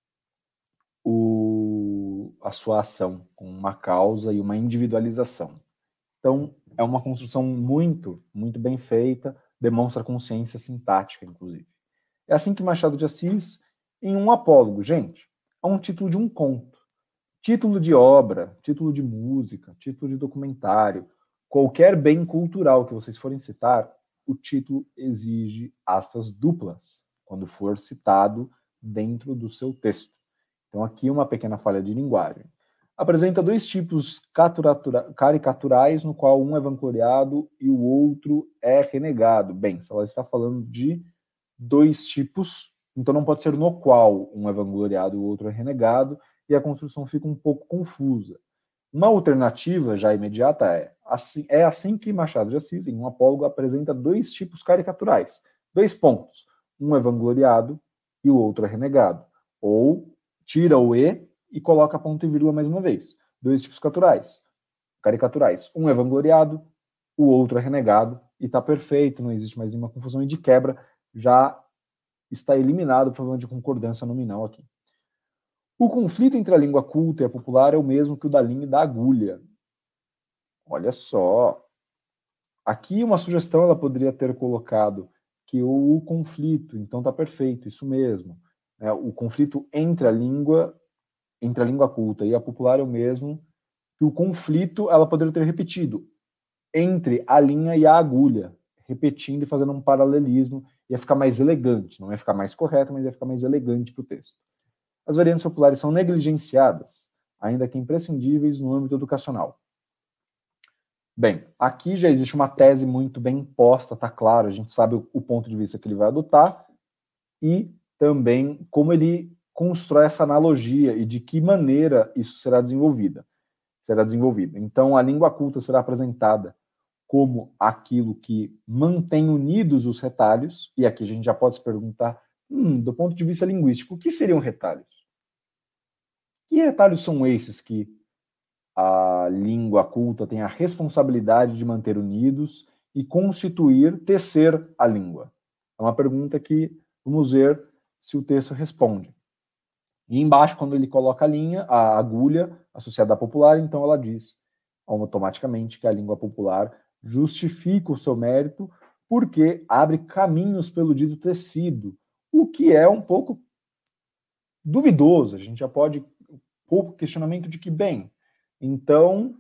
o, a sua ação com uma causa e uma individualização. Então, é uma construção muito, muito bem feita, demonstra consciência sintática, inclusive. É assim que Machado de Assis, em um apólogo, gente, é um título de um conto, título de obra, título de música, título de documentário, qualquer bem cultural que vocês forem citar, o título exige aspas duplas, quando for citado dentro do seu texto. Então, aqui uma pequena falha de linguagem. Apresenta dois tipos caricaturais, no qual um é vangloriado e o outro é renegado. Bem, se ela está falando de dois tipos, então não pode ser no qual um é vangloriado e o outro é renegado, e a construção fica um pouco confusa. Uma alternativa já imediata é assim, é assim que Machado de Assis, em um apólogo, apresenta dois tipos caricaturais. Dois pontos. Um é vangloriado e o outro é renegado. Ou tira o E e coloca ponto e vírgula mais uma vez. Dois tipos caricaturais. caricaturais. Um é vangloriado, o outro é renegado, e está perfeito, não existe mais nenhuma confusão, e de quebra já está eliminado o problema de concordância nominal aqui. O conflito entre a língua culta e a popular é o mesmo que o da linha e da agulha. Olha só. Aqui uma sugestão ela poderia ter colocado que o conflito, então está perfeito, isso mesmo. É, o conflito entre a língua, entre a língua culta e a popular é o mesmo que o conflito ela poderia ter repetido entre a linha e a agulha, repetindo e fazendo um paralelismo, ia ficar mais elegante, não ia ficar mais correto, mas ia ficar mais elegante para o texto. as variantes populares são negligenciadas, ainda que imprescindíveis no âmbito educacional. Bem, aqui já existe uma tese muito bem posta, está claro, a gente sabe o, o ponto de vista que ele vai adotar e também como ele constrói essa analogia e de que maneira isso será desenvolvida. Será desenvolvido. Então, a língua culta será apresentada como aquilo que mantém unidos os retalhos, e aqui a gente já pode se perguntar, hum, do ponto de vista linguístico, o que seriam retalhos? Que retalhos são esses que a língua culta tem a responsabilidade de manter unidos e constituir, tecer a língua? É uma pergunta que vamos ver se o texto responde. E embaixo, quando ele coloca a linha, a agulha associada à popular, então ela diz automaticamente que a língua popular justifica o seu mérito porque abre caminhos pelo dito tecido, o que é um pouco duvidoso. A gente já pode um pouco questionamento de que, bem, então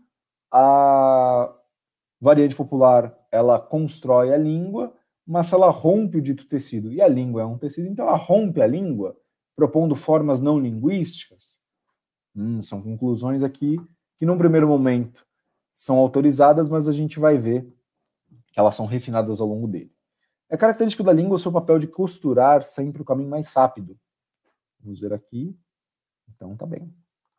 a variante popular ela constrói a língua, mas se ela rompe o dito tecido, e a língua é um tecido, então ela rompe a língua, propondo formas não linguísticas. Hum, são conclusões aqui que, num primeiro momento, são autorizadas, mas a gente vai ver que elas são refinadas ao longo dele. É característico da língua o seu papel de costurar sempre o caminho mais rápido. Vamos ver aqui. Então, tá bem.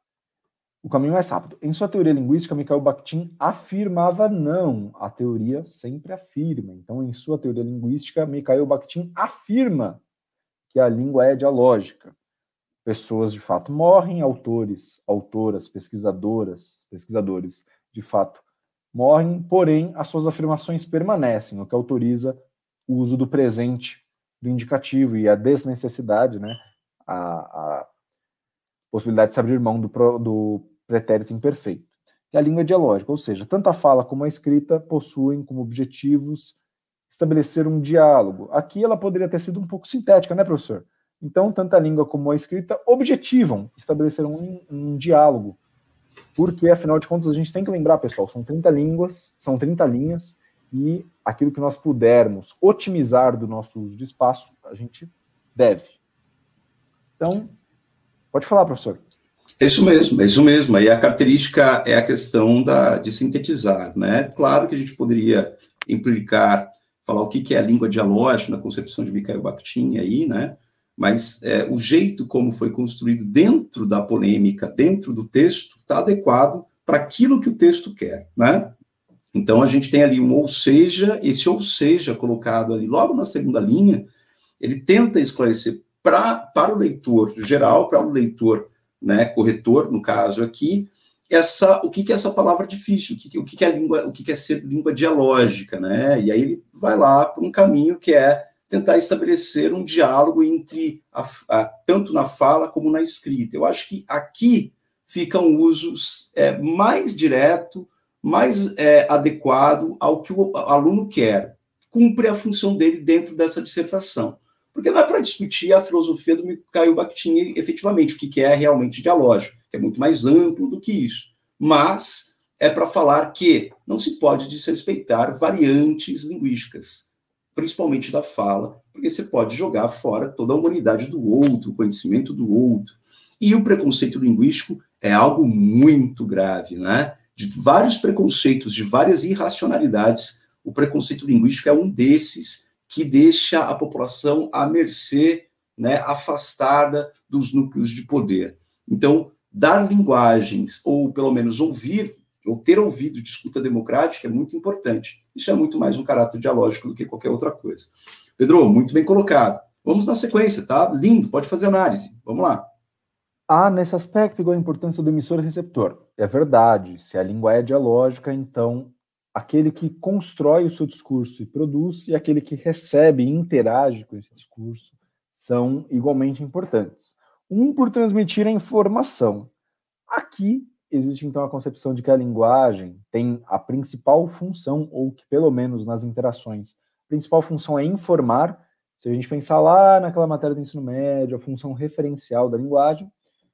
O caminho mais rápido. Em sua teoria linguística, Mikhail Bakhtin afirmava não. A teoria sempre afirma. Então, em sua teoria linguística, Mikhail Bakhtin afirma que a língua é dialógica. Pessoas, de fato, morrem, autores, autoras, pesquisadoras, pesquisadores, de fato, morrem, porém, as suas afirmações permanecem, o que autoriza o uso do presente, do indicativo e a desnecessidade, né, a, a possibilidade de se abrir mão do, pro, do pretérito imperfeito. E a língua é dialógica, ou seja, tanto a fala como a escrita possuem como objetivos estabelecer um diálogo. Aqui ela poderia ter sido um pouco sintética, né, professor? Então, tanto a língua como a escrita objetivam estabelecer um, um diálogo. Porque, afinal de contas, a gente tem que lembrar, pessoal, são trinta línguas, são trinta linhas, e aquilo que nós pudermos otimizar do nosso uso de espaço, a gente deve. Então, pode falar, professor. É isso mesmo, é isso mesmo. Aí a característica é a questão da, de sintetizar, né? Claro que a gente poderia implicar, falar o que, que é a língua dialógica na concepção de Mikhail Bakhtin aí, né? Mas é, o jeito como foi construído dentro da polêmica, dentro do texto, está adequado para aquilo que o texto quer, né? Então, a gente tem ali um ou seja, esse ou seja colocado ali logo na segunda linha, ele tenta esclarecer pra, para o leitor geral, para o leitor, né, corretor, no caso aqui, essa, o que, que é essa palavra difícil, o que, o que, que é língua, o que, que é ser língua dialógica, né? E aí ele vai lá para um caminho que é tentar estabelecer um diálogo entre a, a, tanto na fala como na escrita. Eu acho que aqui fica um uso é, mais direto, mais é, adequado ao que o aluno quer, cumpre a função dele dentro dessa dissertação. Porque não é para discutir a filosofia do Mikhail Bakhtin efetivamente, o que é realmente dialógico, que é muito mais amplo do que isso. Mas é para falar que não se pode desrespeitar variantes linguísticas, principalmente da fala, porque você pode jogar fora toda a humanidade do outro, o conhecimento do outro. E o preconceito linguístico é algo muito grave, né? De vários preconceitos, de várias irracionalidades, o preconceito linguístico é um desses que deixa a população à mercê, né, afastada dos núcleos de poder. Então, dar linguagens, ou pelo menos ouvir, ou ter ouvido de escuta democrática é muito importante. Isso é muito mais um caráter dialógico do que qualquer outra coisa. Pedro, muito bem colocado. Vamos na sequência, tá? Lindo, pode fazer análise. Vamos lá. Há nesse aspecto igual a importância do emissor e receptor. É verdade, se a língua é dialógica, então aquele que constrói o seu discurso e produz e aquele que recebe e interage com esse discurso são igualmente importantes. Um por transmitir a informação. Aqui existe então a concepção de que a linguagem tem a principal função, ou que pelo menos nas interações, a principal função é informar. Se a gente pensar lá naquela matéria do ensino médio, a função referencial da linguagem,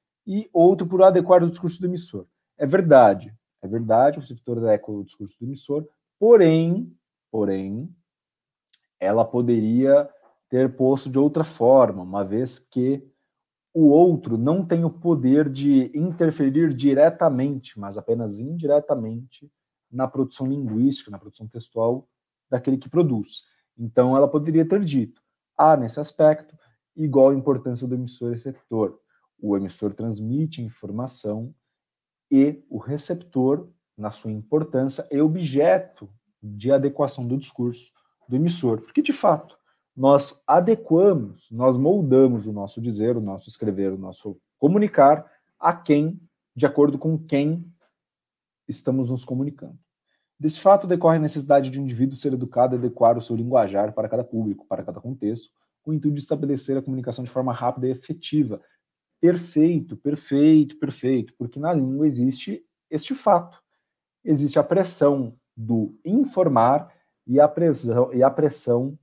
e outro por adequar o discurso do emissor. É verdade, é verdade, o receptor adequa o discurso do emissor, porém, porém, ela poderia ter posto de outra forma, uma vez que o outro não tem o poder de interferir diretamente, mas apenas indiretamente, na produção linguística, na produção textual daquele que produz. Então, ela poderia ter dito, há, nesse aspecto, igual importância do emissor e receptor. O emissor transmite informação e o receptor, na sua importância, é objeto de adequação do discurso do emissor. Porque, de fato, nós adequamos, nós moldamos o nosso dizer, o nosso escrever, o nosso comunicar a quem, de acordo com quem estamos nos comunicando. Desse fato decorre a necessidade de um indivíduo ser educado e adequar o seu linguajar para cada público, para cada contexto, com o intuito de estabelecer a comunicação de forma rápida e efetiva. Perfeito, perfeito, perfeito, porque na língua existe este fato. Existe a pressão do informar e a pressão, e a pressão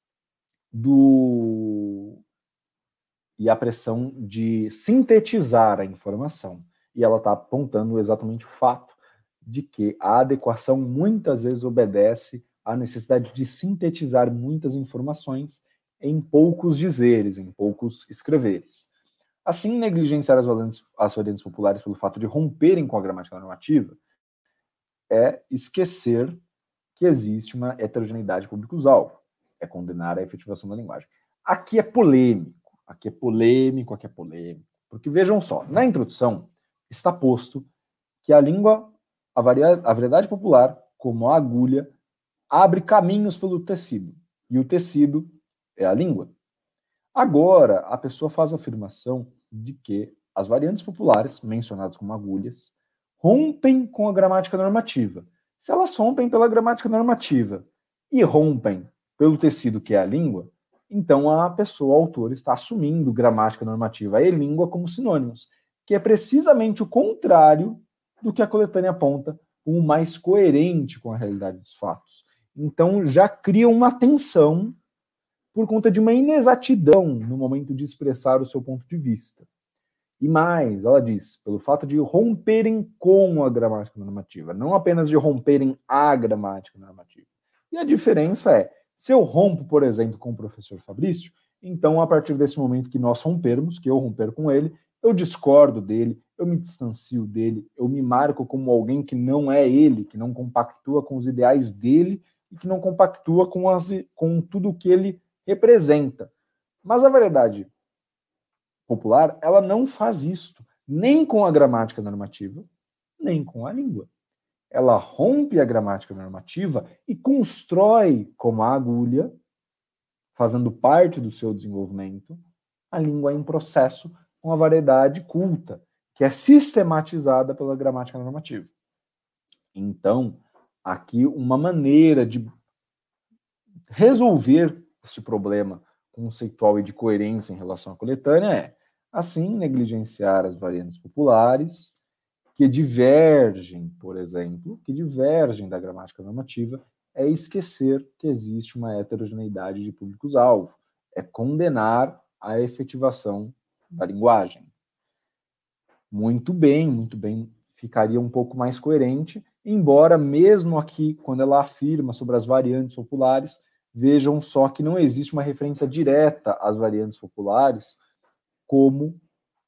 do e a pressão de sintetizar a informação. E ela está apontando exatamente o fato de que a adequação muitas vezes obedece à necessidade de sintetizar muitas informações em poucos dizeres, em poucos escreveres. Assim, negligenciar as variantes, as variantes populares pelo fato de romperem com a gramática normativa é esquecer que existe uma heterogeneidade de públicos-alvo, é condenar a efetivação da linguagem. Aqui é polêmico, aqui é polêmico, aqui é polêmico, porque vejam só, na introdução está posto que a língua, a, varia, a variedade popular, como a agulha, abre caminhos pelo tecido, e o tecido é a língua. Agora, a pessoa faz a afirmação de que as variantes populares, mencionadas como agulhas, rompem com a gramática normativa. Se elas rompem pela gramática normativa e rompem pelo tecido que é a língua, então a pessoa, o autor, está assumindo gramática normativa e língua como sinônimos, que é precisamente o contrário do que a coletânea aponta como mais coerente com a realidade dos fatos. Então já cria uma tensão por conta de uma inexatidão no momento de expressar o seu ponto de vista. E mais, ela diz, pelo fato de romperem com a gramática normativa, não apenas de romperem a gramática normativa. E a diferença é, se eu rompo, por exemplo, com o professor Fabrício, então a partir desse momento que nós rompermos, que eu romper com ele, eu discordo dele, eu me distancio dele, eu me marco como alguém que não é ele, que não compactua com os ideais dele e que não compactua com, as, com tudo o que ele representa. Mas a variedade popular, ela não faz isto, nem com a gramática normativa, nem com a língua. Ela rompe a gramática normativa e constrói, como a agulha, fazendo parte do seu desenvolvimento, a língua em processo com a variedade culta, que é sistematizada pela gramática normativa. Então, aqui uma maneira de resolver este problema conceitual e de coerência em relação à coletânea é, assim, negligenciar as variantes populares que divergem, por exemplo, que divergem da gramática normativa, é esquecer que existe uma heterogeneidade de públicos-alvo, é condenar a efetivação da linguagem. Muito bem, muito bem, ficaria um pouco mais coerente, embora mesmo aqui, quando ela afirma sobre as variantes populares, vejam só que não existe uma referência direta às variantes populares como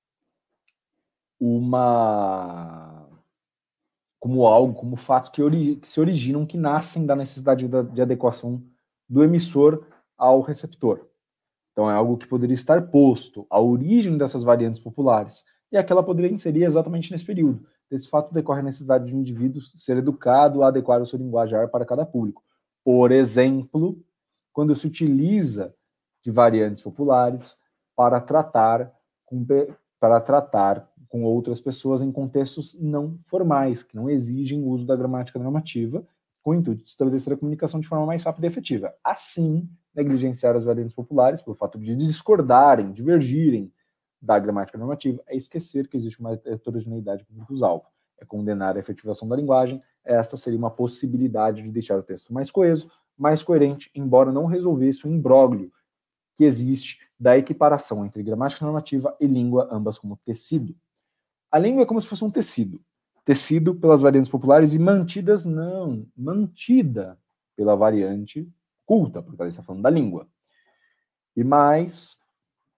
uma como algo, como fatos que, ori, que se originam, que nascem da necessidade de, de adequação do emissor ao receptor. Então é algo que poderia estar posto, a origem dessas variantes populares, e aquela poderia inserir exatamente nesse período. Desse fato decorre a necessidade de um indivíduo ser educado a adequar o seu linguajar para cada público. Por exemplo, quando se utiliza de variantes populares para tratar com, para tratar com outras pessoas em contextos não formais, que não exigem o uso da gramática normativa, com o intuito de estabelecer a comunicação de forma mais rápida e efetiva. Assim, negligenciar as variantes populares, pelo fato de discordarem, divergirem da gramática normativa, é esquecer que existe uma heterogeneidade de públicos-alvo. É condenar a efetivação da linguagem. Esta seria uma possibilidade de deixar o texto mais coeso, mais coerente, embora não resolvesse o imbróglio que existe da equiparação entre gramática normativa e língua, ambas como tecido. A língua é como se fosse um tecido. Tecido pelas variantes populares e mantidas, não, mantida pela variante culta, porque ela está falando da língua. E mais,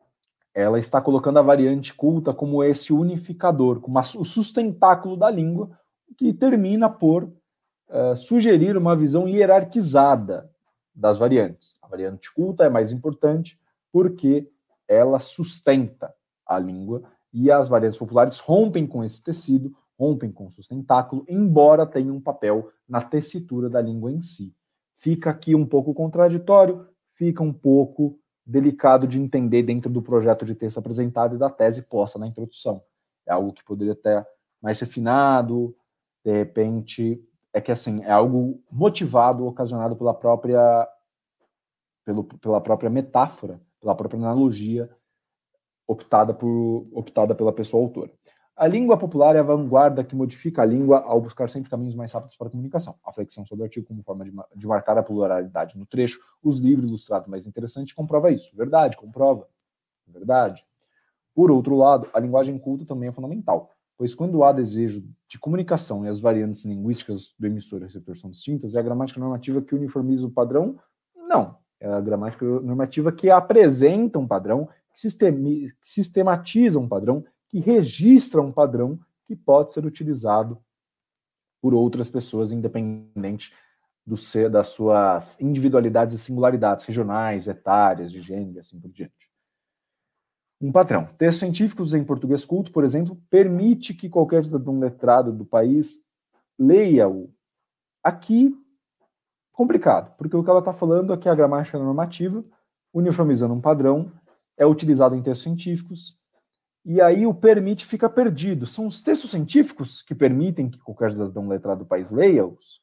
ela está colocando a variante culta como esse unificador, como o sustentáculo da língua, que termina por uh, sugerir uma visão hierarquizada das variantes. A variante culta é mais importante porque ela sustenta a língua e as variantes populares rompem com esse tecido, rompem com o sustentáculo, embora tenham um papel na tessitura da língua em si. Fica aqui um pouco contraditório, fica um pouco delicado de entender dentro do projeto de texto apresentado e da tese posta na introdução. É algo que poderia ter mais refinado, de repente, é que assim, é algo motivado, ocasionado pela própria, pelo, pela própria metáfora, pela própria analogia optada, por, optada pela pessoa autora. A língua popular é a vanguarda que modifica a língua ao buscar sempre caminhos mais rápidos para a comunicação. A flexão sobre o artigo como forma de, de marcar a pluralidade no trecho, os livros ilustrados mais interessantes comprova isso. Verdade, comprova. Verdade. Por outro lado, a linguagem culta também é fundamental, pois quando há desejo de comunicação e as variantes linguísticas do emissor e receptor são distintas, é a gramática normativa que uniformiza o padrão? Não. É a gramática normativa que apresenta um padrão, que, sistemi- que sistematiza um padrão, que registra um padrão que pode ser utilizado por outras pessoas, independente do ser, das suas individualidades e singularidades regionais, etárias, de gênero e assim por diante. Um padrão. Textos científicos em português culto, por exemplo, permite que qualquer cidadão letrado do país leia-o. Aqui, complicado, porque o que ela está falando é que a gramática normativa, uniformizando um padrão, é utilizada em textos científicos, e aí o permite fica perdido. São os textos científicos que permitem que qualquer cidadão letrado do país leia-os?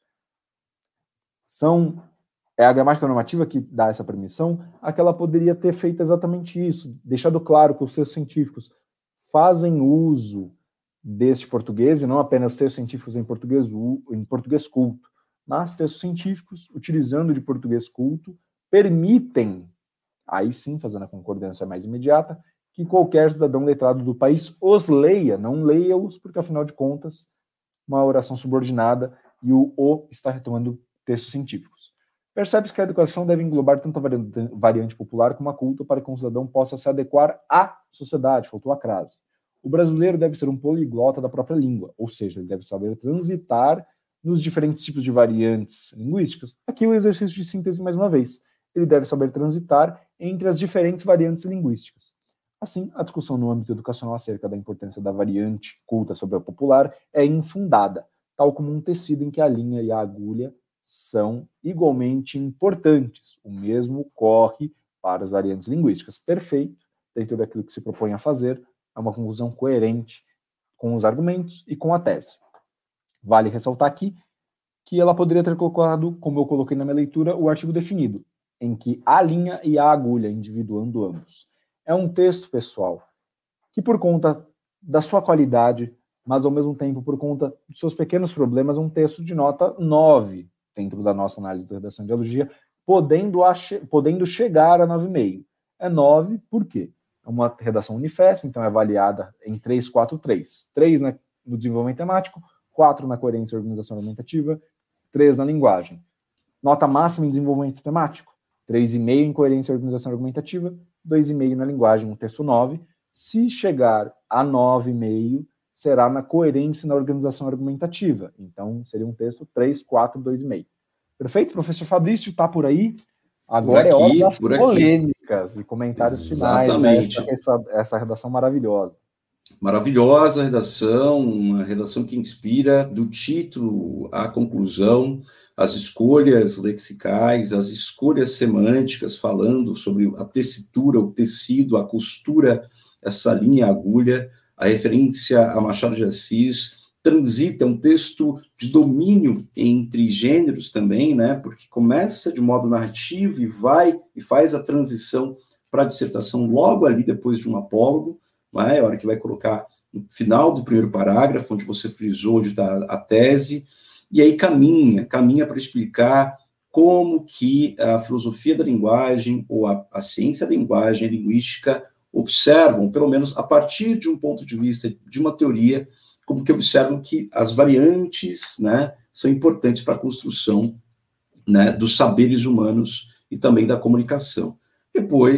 São, é a gramática normativa que dá essa permissão? Aquela poderia ter feito exatamente isso, deixado claro que os textos científicos fazem uso deste português, e não apenas textos científicos em português, em português culto, mas textos científicos, utilizando de português culto, permitem, aí sim, fazendo a concordância mais imediata, que qualquer cidadão letrado do país os leia, não leia-os, porque, afinal de contas, uma oração subordinada e o o está retomando textos científicos. Percebe-se que a educação deve englobar tanto a variante popular como a culta para que um cidadão possa se adequar à sociedade, faltou a crase. O brasileiro deve ser um poliglota da própria língua, ou seja, ele deve saber transitar nos diferentes tipos de variantes linguísticas. Aqui o exercício de síntese mais uma vez. Ele deve saber transitar entre as diferentes variantes linguísticas. Assim, a discussão no âmbito educacional acerca da importância da variante culta sobre a popular é infundada, tal como um tecido em que a linha e a agulha são igualmente importantes. O mesmo ocorre para as variantes linguísticas. Perfeito, dentro daquilo que se propõe a fazer, é uma conclusão coerente com os argumentos e com a tese. Vale ressaltar aqui que ela poderia ter colocado, como eu coloquei na minha leitura, o artigo definido, em que a linha e a agulha, individuando ambos. É um texto, pessoal, que por conta da sua qualidade, mas ao mesmo tempo por conta dos seus pequenos problemas, é um texto de nota nove, dentro da nossa análise da redação de dialogia, podendo, che- podendo chegar a nove vírgula cinco. É nove, por quê? É uma redação Unifesp, então é avaliada em três, quatro, três. três na, no desenvolvimento temático, quatro na coerência e organização argumentativa, três na linguagem. Nota máxima em desenvolvimento temático, três vírgula cinco em coerência e organização argumentativa, dois vírgula cinco na linguagem, um texto nove. Se chegar a nove vírgula cinco, será na coerência e na organização argumentativa. Então, seria um texto três, quatro, dois vírgula cinco. Perfeito? Professor Fabrício, está por aí? Agora por aqui, é hora das por polêmicas aqui. E comentários Exatamente. finais dessa essa, essa redação maravilhosa. Maravilhosa redação, uma redação que inspira do título à conclusão, as escolhas lexicais, as escolhas semânticas, falando sobre a tessitura, o tecido, a costura, essa linha, agulha, a referência a Machado de Assis, transita, é um texto de domínio entre gêneros também, né, porque começa de modo narrativo e vai e faz a transição para a dissertação logo ali depois de um apólogo, vai, a hora que vai colocar no final do primeiro parágrafo, onde você frisou onde está a tese, e aí caminha, caminha para explicar como que a filosofia da linguagem ou a, a ciência da linguagem, a linguística, observam, pelo menos a partir de um ponto de vista de uma teoria, como que observam que as variantes, né, são importantes para a construção, né, dos saberes humanos e também da comunicação. Depois,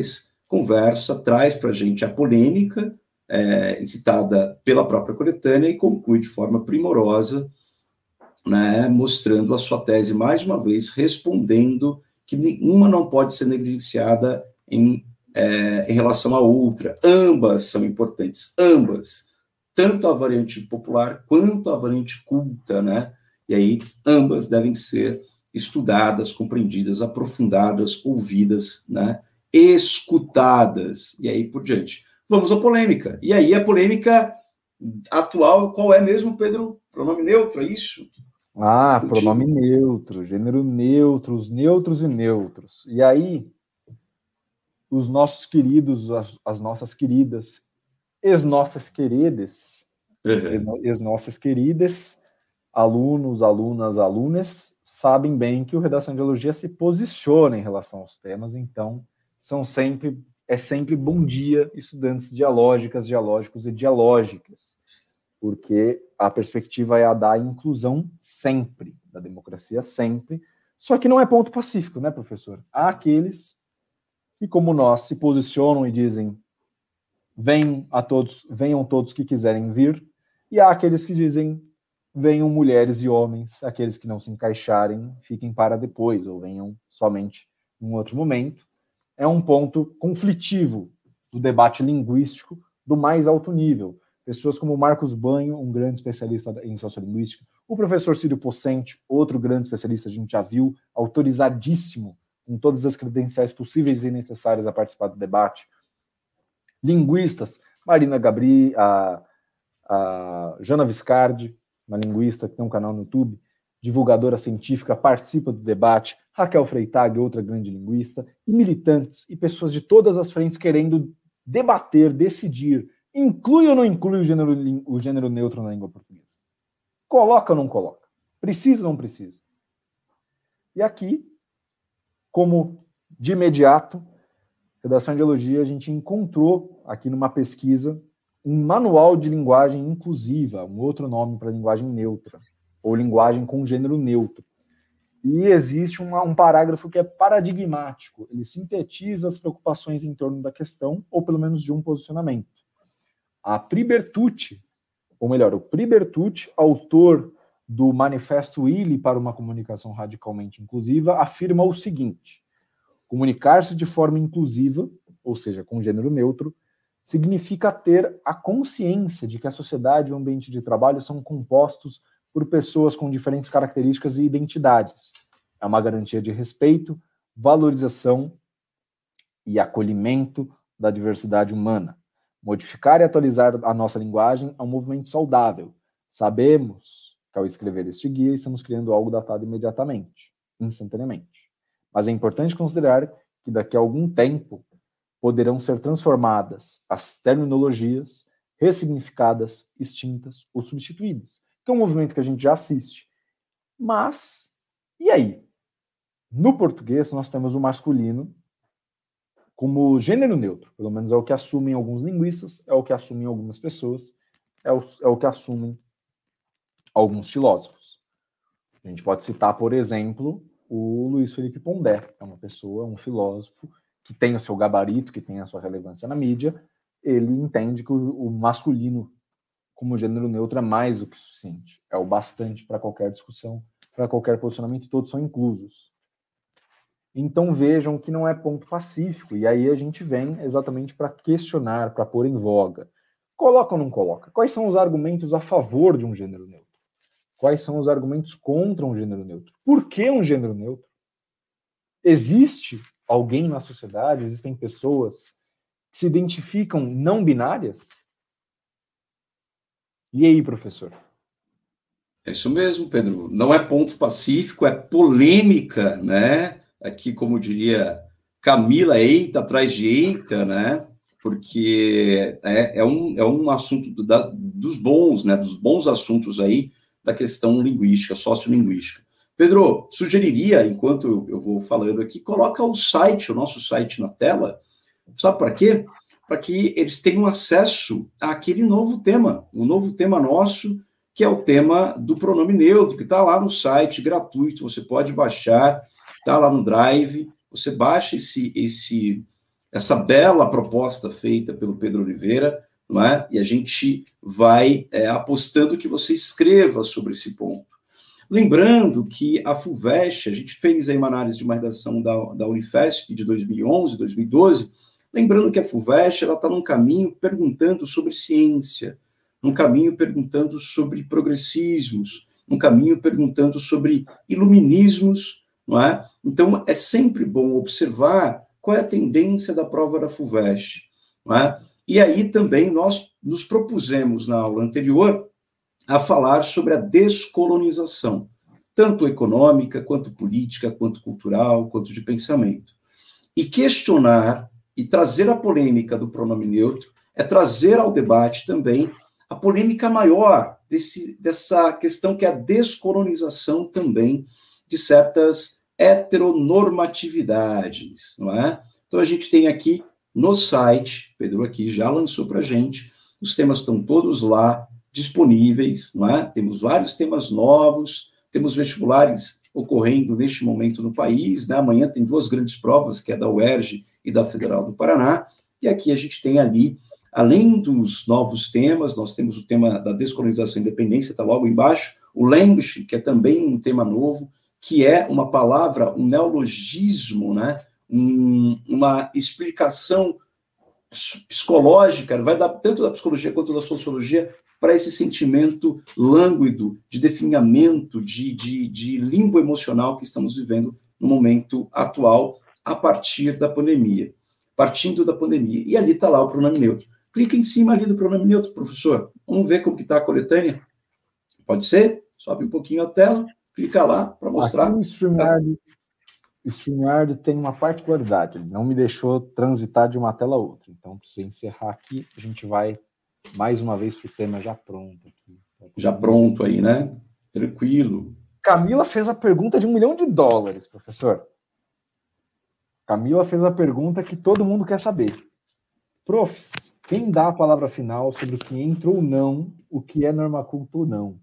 conversa, traz para a gente a polêmica, é, incitada pela própria coletânea, e conclui de forma primorosa, né, mostrando a sua tese, mais uma vez, respondendo que nenhuma não pode ser negligenciada em, é, em relação à outra. Ambas são importantes, ambas. Tanto a variante popular quanto a variante culta, né? E aí, ambas devem ser estudadas, compreendidas, aprofundadas, ouvidas, né? Escutadas, e aí por diante. Vamos à polêmica. E aí, a polêmica atual, qual é mesmo, Pedro? Pronome neutro, é isso? Ah, pronome neutro, gênero neutro, os neutros e neutros. E aí, os nossos queridos, as, as nossas queridas, ex-nossas queridas, uhum. ex-nossas queridas, alunos, alunas, alunas, sabem bem que o Redação de Dialogia se posiciona em relação aos temas, então são sempre, é sempre bom dia, estudantes dialógicas, dialógicos e dialógicas, porque a perspectiva é a da inclusão sempre, da democracia sempre, só que não é ponto pacífico, né, professor? Há aqueles que, como nós, se posicionam e dizem venham a todos, venham todos que quiserem vir, e há aqueles que dizem venham mulheres e homens, aqueles que não se encaixarem fiquem para depois, ou venham somente em outro momento. É um ponto conflitivo do debate linguístico do mais alto nível. Pessoas como Marcos Banho, um grande especialista em sociolinguística, o professor Círio Pocente, outro grande especialista, a gente já viu, autorizadíssimo, com todas as credenciais possíveis e necessárias a participar do debate. Linguistas, Marina Gabri, a, a Jana Viscardi, uma linguista que tem um canal no YouTube, divulgadora científica, participa do debate, Raquel Freitag, outra grande linguista, e militantes e pessoas de todas as frentes querendo debater, decidir, inclui ou não inclui o gênero, o gênero neutro na língua portuguesa? Coloca ou não coloca? Precisa ou não precisa? E aqui, como de imediato, Redação de Dialogia, a gente encontrou aqui numa pesquisa um manual de linguagem inclusiva, um outro nome para linguagem neutra, ou linguagem com gênero neutro. E existe uma, um parágrafo que é paradigmático, ele sintetiza as preocupações em torno da questão, ou pelo menos de um posicionamento. A Pri Bertucci, ou melhor, o Pri Bertucci, autor do Manifesto I L I para uma comunicação radicalmente inclusiva, afirma o seguinte: comunicar-se de forma inclusiva, ou seja, com gênero neutro, significa ter a consciência de que a sociedade e o ambiente de trabalho são compostos por pessoas com diferentes características e identidades. É uma garantia de respeito, valorização e acolhimento da diversidade humana. Modificar e atualizar a nossa linguagem é um movimento saudável. Sabemos que ao escrever este guia estamos criando algo datado imediatamente, instantaneamente. Mas é importante considerar que daqui a algum tempo poderão ser transformadas as terminologias, ressignificadas, extintas ou substituídas. Que é um movimento que a gente já assiste. Mas, e aí? No português, nós temos o masculino como gênero neutro, pelo menos é o que assumem alguns linguistas, é o que assumem algumas pessoas, é o, é o que assumem alguns filósofos. A gente pode citar, por exemplo, o Luiz Felipe Pondé, é uma pessoa, um filósofo, que tem o seu gabarito, que tem a sua relevância na mídia, ele entende que o, o masculino como gênero neutro é mais do que suficiente, é o bastante para qualquer discussão, para qualquer posicionamento, todos são inclusos. Então vejam que não é ponto pacífico, e aí a gente vem exatamente para questionar, para pôr em voga. Coloca ou não coloca? Quais são os argumentos a favor de um gênero neutro? Quais são os argumentos contra um gênero neutro? Por que um gênero neutro? Existe alguém na sociedade, existem pessoas que se identificam não binárias? E aí, professor? É isso mesmo, Pedro. Não é ponto pacífico, é polêmica, né? Aqui, como diria Camila, eita atrás de eita, né? Porque é, é, um, é um assunto do, da, dos bons, né? Dos bons assuntos aí da questão linguística, sociolinguística. Pedro, sugeriria, enquanto eu vou falando aqui, coloca o site, o nosso site na tela. Sabe para quê? Para que eles tenham acesso àquele novo tema, o novo tema nosso, que é o tema do pronome neutro, que está lá no site, gratuito, você pode baixar, está lá no Drive, você baixa esse, esse, essa bela proposta feita pelo Pedro Oliveira, não é? E a gente vai é, apostando que você escreva sobre esse ponto. Lembrando que a FUVEST, a gente fez aí uma análise de uma redação da, da Unifesp de dois mil e onze, dois mil e doze, lembrando que a FUVEST está num caminho perguntando sobre ciência, num caminho perguntando sobre progressismos, num caminho perguntando sobre iluminismos, não é? Então, é sempre bom observar qual é a tendência da prova da FUVEST, não é? E aí também nós nos propusemos na aula anterior a falar sobre a descolonização, tanto econômica, quanto política, quanto cultural, quanto de pensamento. E questionar e trazer a polêmica do pronome neutro é trazer ao debate também a polêmica maior desse, dessa questão que é a descolonização também de certas heteronormatividades, não é? Então a gente tem aqui no site, Pedro aqui já lançou para a gente, os temas estão todos lá, disponíveis, não é? Temos vários temas novos, temos vestibulares ocorrendo neste momento no país, né? Amanhã tem duas grandes provas, que é da U E R J e da Federal do Paraná, e aqui a gente tem ali, além dos novos temas, nós temos o tema da descolonização e independência, está logo embaixo, o language, que é também um tema novo, que é uma palavra, um neologismo, né? Um, uma explicação psicológica, vai dar tanto da psicologia quanto da sociologia, para esse sentimento lânguido, de definhamento, de, de, de limbo emocional que estamos vivendo no momento atual, a partir da pandemia. Partindo da pandemia. E ali está lá o pronome neutro. Clica em cima ali do pronome neutro, professor. Vamos ver como que está a coletânea? Pode ser? Sobe um pouquinho a tela, clica lá para mostrar. Aqui o StreamYard, o StreamYard tem uma particularidade, ele não me deixou transitar de uma tela a outra. Então, para você encerrar aqui, a gente vai mais uma vez para o tema já pronto. Aqui. Já pronto aí, né? Tranquilo. Camila fez a pergunta de um milhão de dólares, professor. Camila fez a pergunta que todo mundo quer saber. Profs, quem dá a palavra final sobre o que entra ou não, o que é normaculto ou não?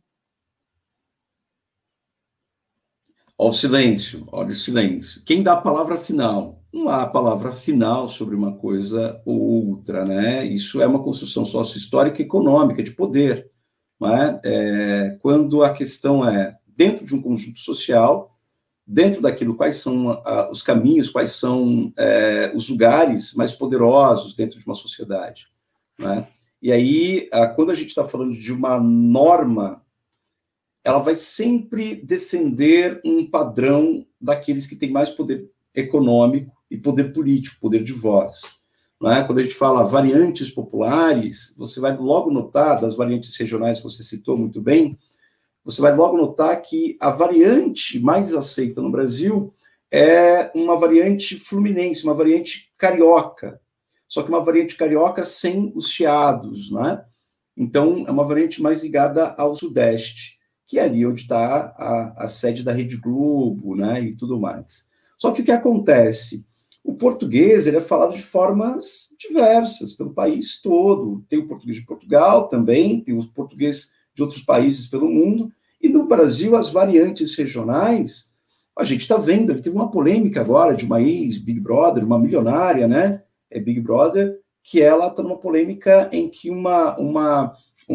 Olha o silêncio, olha o silêncio. Quem dá a palavra final? Não há a palavra final sobre uma coisa ou outra, né? Isso é uma construção sócio-histórica e econômica, de poder, não é? É, quando a questão é, dentro de um conjunto social, dentro daquilo, quais são uh, os caminhos, quais são uh, os lugares mais poderosos dentro de uma sociedade, né? E aí, uh, quando a gente está falando de uma norma, ela vai sempre defender um padrão daqueles que têm mais poder econômico e poder político, poder de voz. Não é? Quando a gente fala variantes populares, você vai logo notar, das variantes regionais que você citou muito bem, você vai logo notar que a variante mais aceita no Brasil é uma variante fluminense, uma variante carioca, só que uma variante carioca sem os chiados, né? Então, é uma variante mais ligada ao Sudeste, que é ali onde está a, a sede da Rede Globo, né, e tudo mais. Só que o que acontece? O português ele é falado de formas diversas pelo país todo. Tem o português de Portugal também, tem o português de outros países pelo mundo, e no Brasil as variantes regionais, a gente está vendo, ele teve uma polêmica agora de uma ex-Big Brother, uma milionária, né, é Big Brother, que ela está numa polêmica em que uma, uma,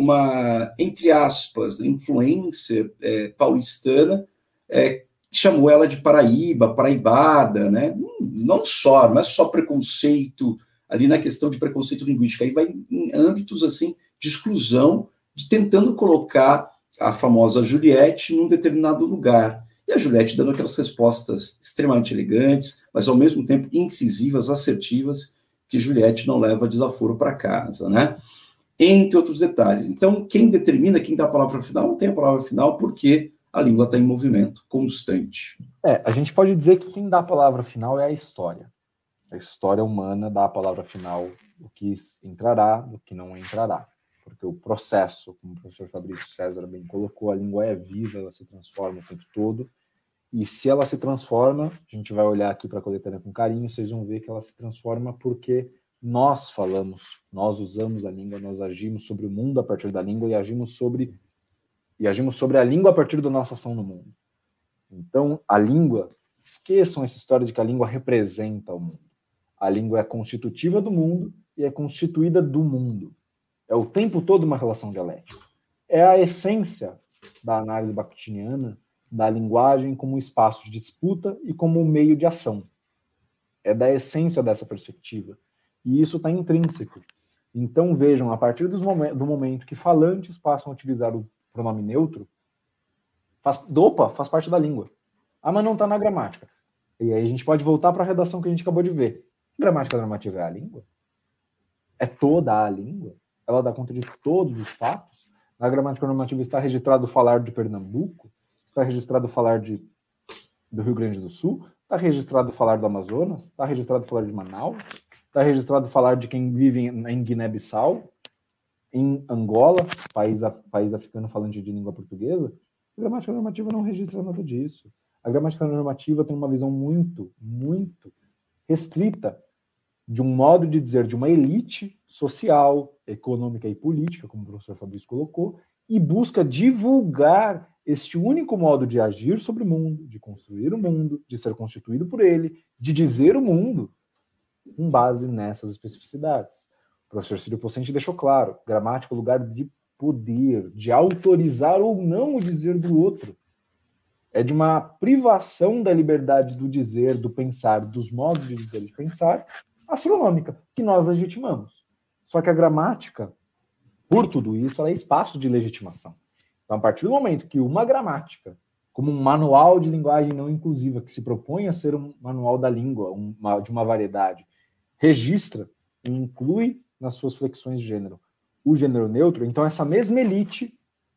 uma entre aspas, influencer é, paulistana é, chamou ela de Paraíba, paraibada, né, não só, não é só preconceito, ali na questão de preconceito linguístico, aí vai em âmbitos, assim, de exclusão, de tentando colocar a famosa Juliette num determinado lugar. E a Juliette dando aquelas respostas extremamente elegantes, mas ao mesmo tempo incisivas, assertivas, que Juliette não leva desaforo para casa, né? Entre outros detalhes. Então, quem determina, quem dá a palavra final, não tem a palavra final, porque a língua está em movimento constante. É, a gente pode dizer que quem dá a palavra final é a história. A história humana dá a palavra final do que entrará, do que não entrará. Porque o processo, como o professor Fabrício César bem colocou, a língua é viva, ela se transforma o tempo todo, e se ela se transforma, a gente vai olhar aqui para a coletânea com carinho, vocês vão ver que ela se transforma porque nós falamos, nós usamos a língua, nós agimos sobre o mundo a partir da língua e agimos sobre, e agimos sobre a língua a partir da nossa ação no mundo. Então, a língua, esqueçam essa história de que a língua representa o mundo. A língua é constitutiva do mundo e é constituída do mundo. É o tempo todo uma relação dialética. É a essência da análise bakhtiniana da linguagem como espaço de disputa e como meio de ação. É da essência dessa perspectiva. E isso está intrínseco. Então, vejam, a partir dos momen- do momento que falantes passam a utilizar o pronome neutro, faz, opa, faz parte da língua. Ah, mas não está na gramática. E aí a gente pode voltar para a redação que a gente acabou de ver. A gramática normativa é a língua? É toda a língua? Ela dá conta de todos os fatos? Na gramática normativa está registrado o falar de Pernambuco? Está registrado o falar de, do Rio Grande do Sul? Está registrado o falar do Amazonas? Está registrado o falar de Manaus? Está registrado o falar de quem vive em, em Guiné-Bissau? Em Angola, país, país africano falante de língua portuguesa? A gramática normativa não registra nada disso. A gramática normativa tem uma visão muito, muito restrita de um modo de dizer de uma elite social, econômica e política, como o professor Fabrício colocou, e busca divulgar este único modo de agir sobre o mundo, de construir o mundo, de ser constituído por ele, de dizer o mundo, com base nessas especificidades. O professor Círio Pocente deixou claro, gramática é lugar de poder, de autorizar ou não o dizer do outro. É de uma privação da liberdade do dizer, do pensar, dos modos de dizer e de pensar, astronômica, que nós legitimamos. Só que a gramática, por tudo isso, ela é espaço de legitimação. Então, a partir do momento que uma gramática, como um manual de linguagem não inclusiva, que se propõe a ser um manual da língua, uma, de uma variedade, registra e inclui nas suas flexões de gênero o gênero neutro, então essa mesma elite,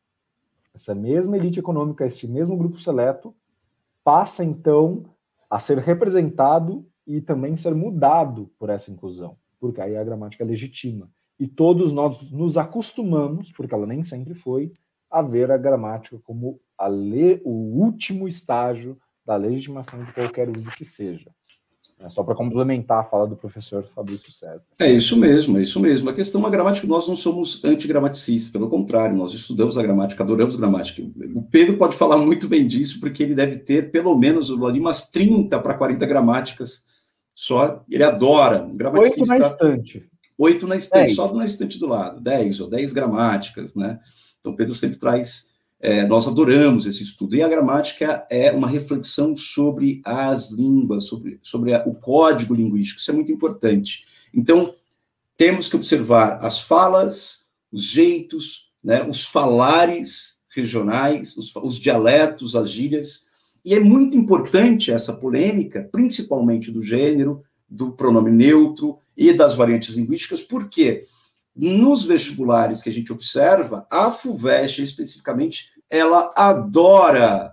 essa mesma elite econômica, esse mesmo grupo seleto, passa então a ser representado e também ser mudado por essa inclusão, porque aí a gramática é legitima. E todos nós nos acostumamos, porque ela nem sempre foi, a ver a gramática como a le... o último estágio da legitimação de qualquer uso que seja. É só para complementar a fala do professor Fabrício César. É isso mesmo, é isso mesmo. A questão da gramática, nós não somos antigramaticistas, pelo contrário, nós estudamos a gramática, adoramos gramática. O Pedro pode falar muito bem disso, porque ele deve ter pelo menos ali umas trinta para quarenta gramáticas só. Ele adora. Um gramaticista, Oito na estante. Oito na estante, dez. Só na estante do lado. Dez ou dez gramáticas, né? Então o Pedro sempre traz... É, nós adoramos esse estudo. E a gramática é uma reflexão sobre as línguas, sobre, sobre a, o código linguístico. Isso é muito importante. Então, temos que observar as falas, os jeitos, né, os falares regionais, os, os dialetos, as gírias. E é muito importante essa polêmica, principalmente do gênero, do pronome neutro e das variantes linguísticas, porque nos vestibulares que a gente observa, a FUVEST, especificamente, ela adora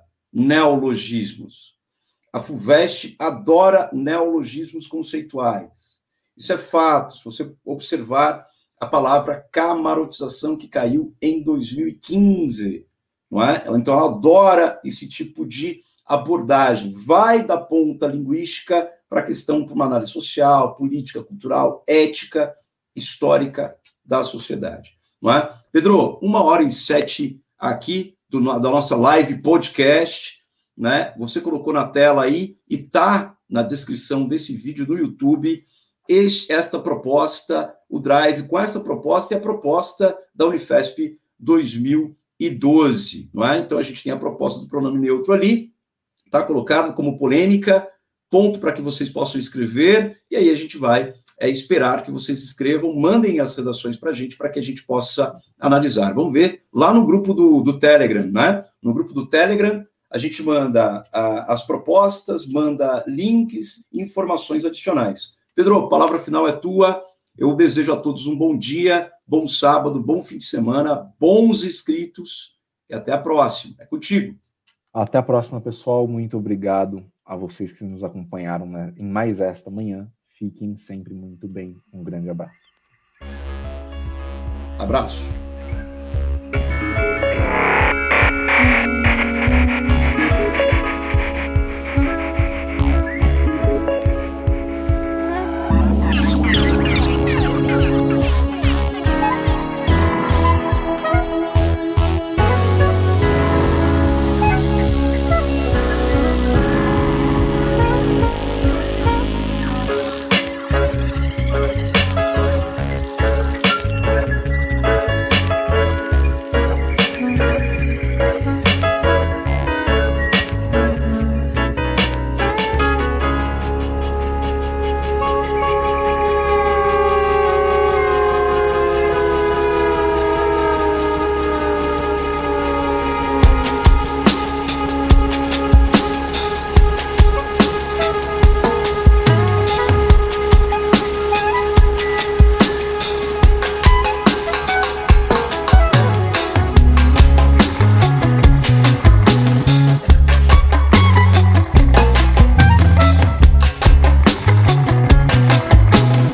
neologismos. A FUVEST adora neologismos conceituais. Isso é fato. Se você observar a palavra camarotização, que caiu em dois mil e quinze, não é? Então, ela adora esse tipo de abordagem. Vai da ponta linguística para a questão de uma análise social, política, cultural, ética, histórica da sociedade. Não é? Pedro, uma hora e sete aqui do, da nossa live podcast, né? Você colocou na tela aí e tá na descrição desse vídeo no YouTube este, esta proposta, o Drive com essa proposta e a proposta da Unifesp dois mil e doze, não é? Então a gente tem a proposta do pronome neutro ali, tá colocado como polêmica, ponto para que vocês possam escrever e aí a gente vai é, esperar que vocês escrevam, mandem as redações para a gente, para que a gente possa analisar. Vamos ver lá no grupo do, do Telegram, né? No grupo do Telegram, a gente manda a, as propostas, manda links e informações adicionais. Pedro, a palavra final é tua. Eu desejo a todos um bom dia, bom sábado, bom fim de semana, bons inscritos e até a próxima. É contigo. Até a próxima, pessoal. Muito obrigado a vocês que nos acompanharam, né, em mais esta manhã. Fiquem sempre muito bem. Um grande abraço. Abraço.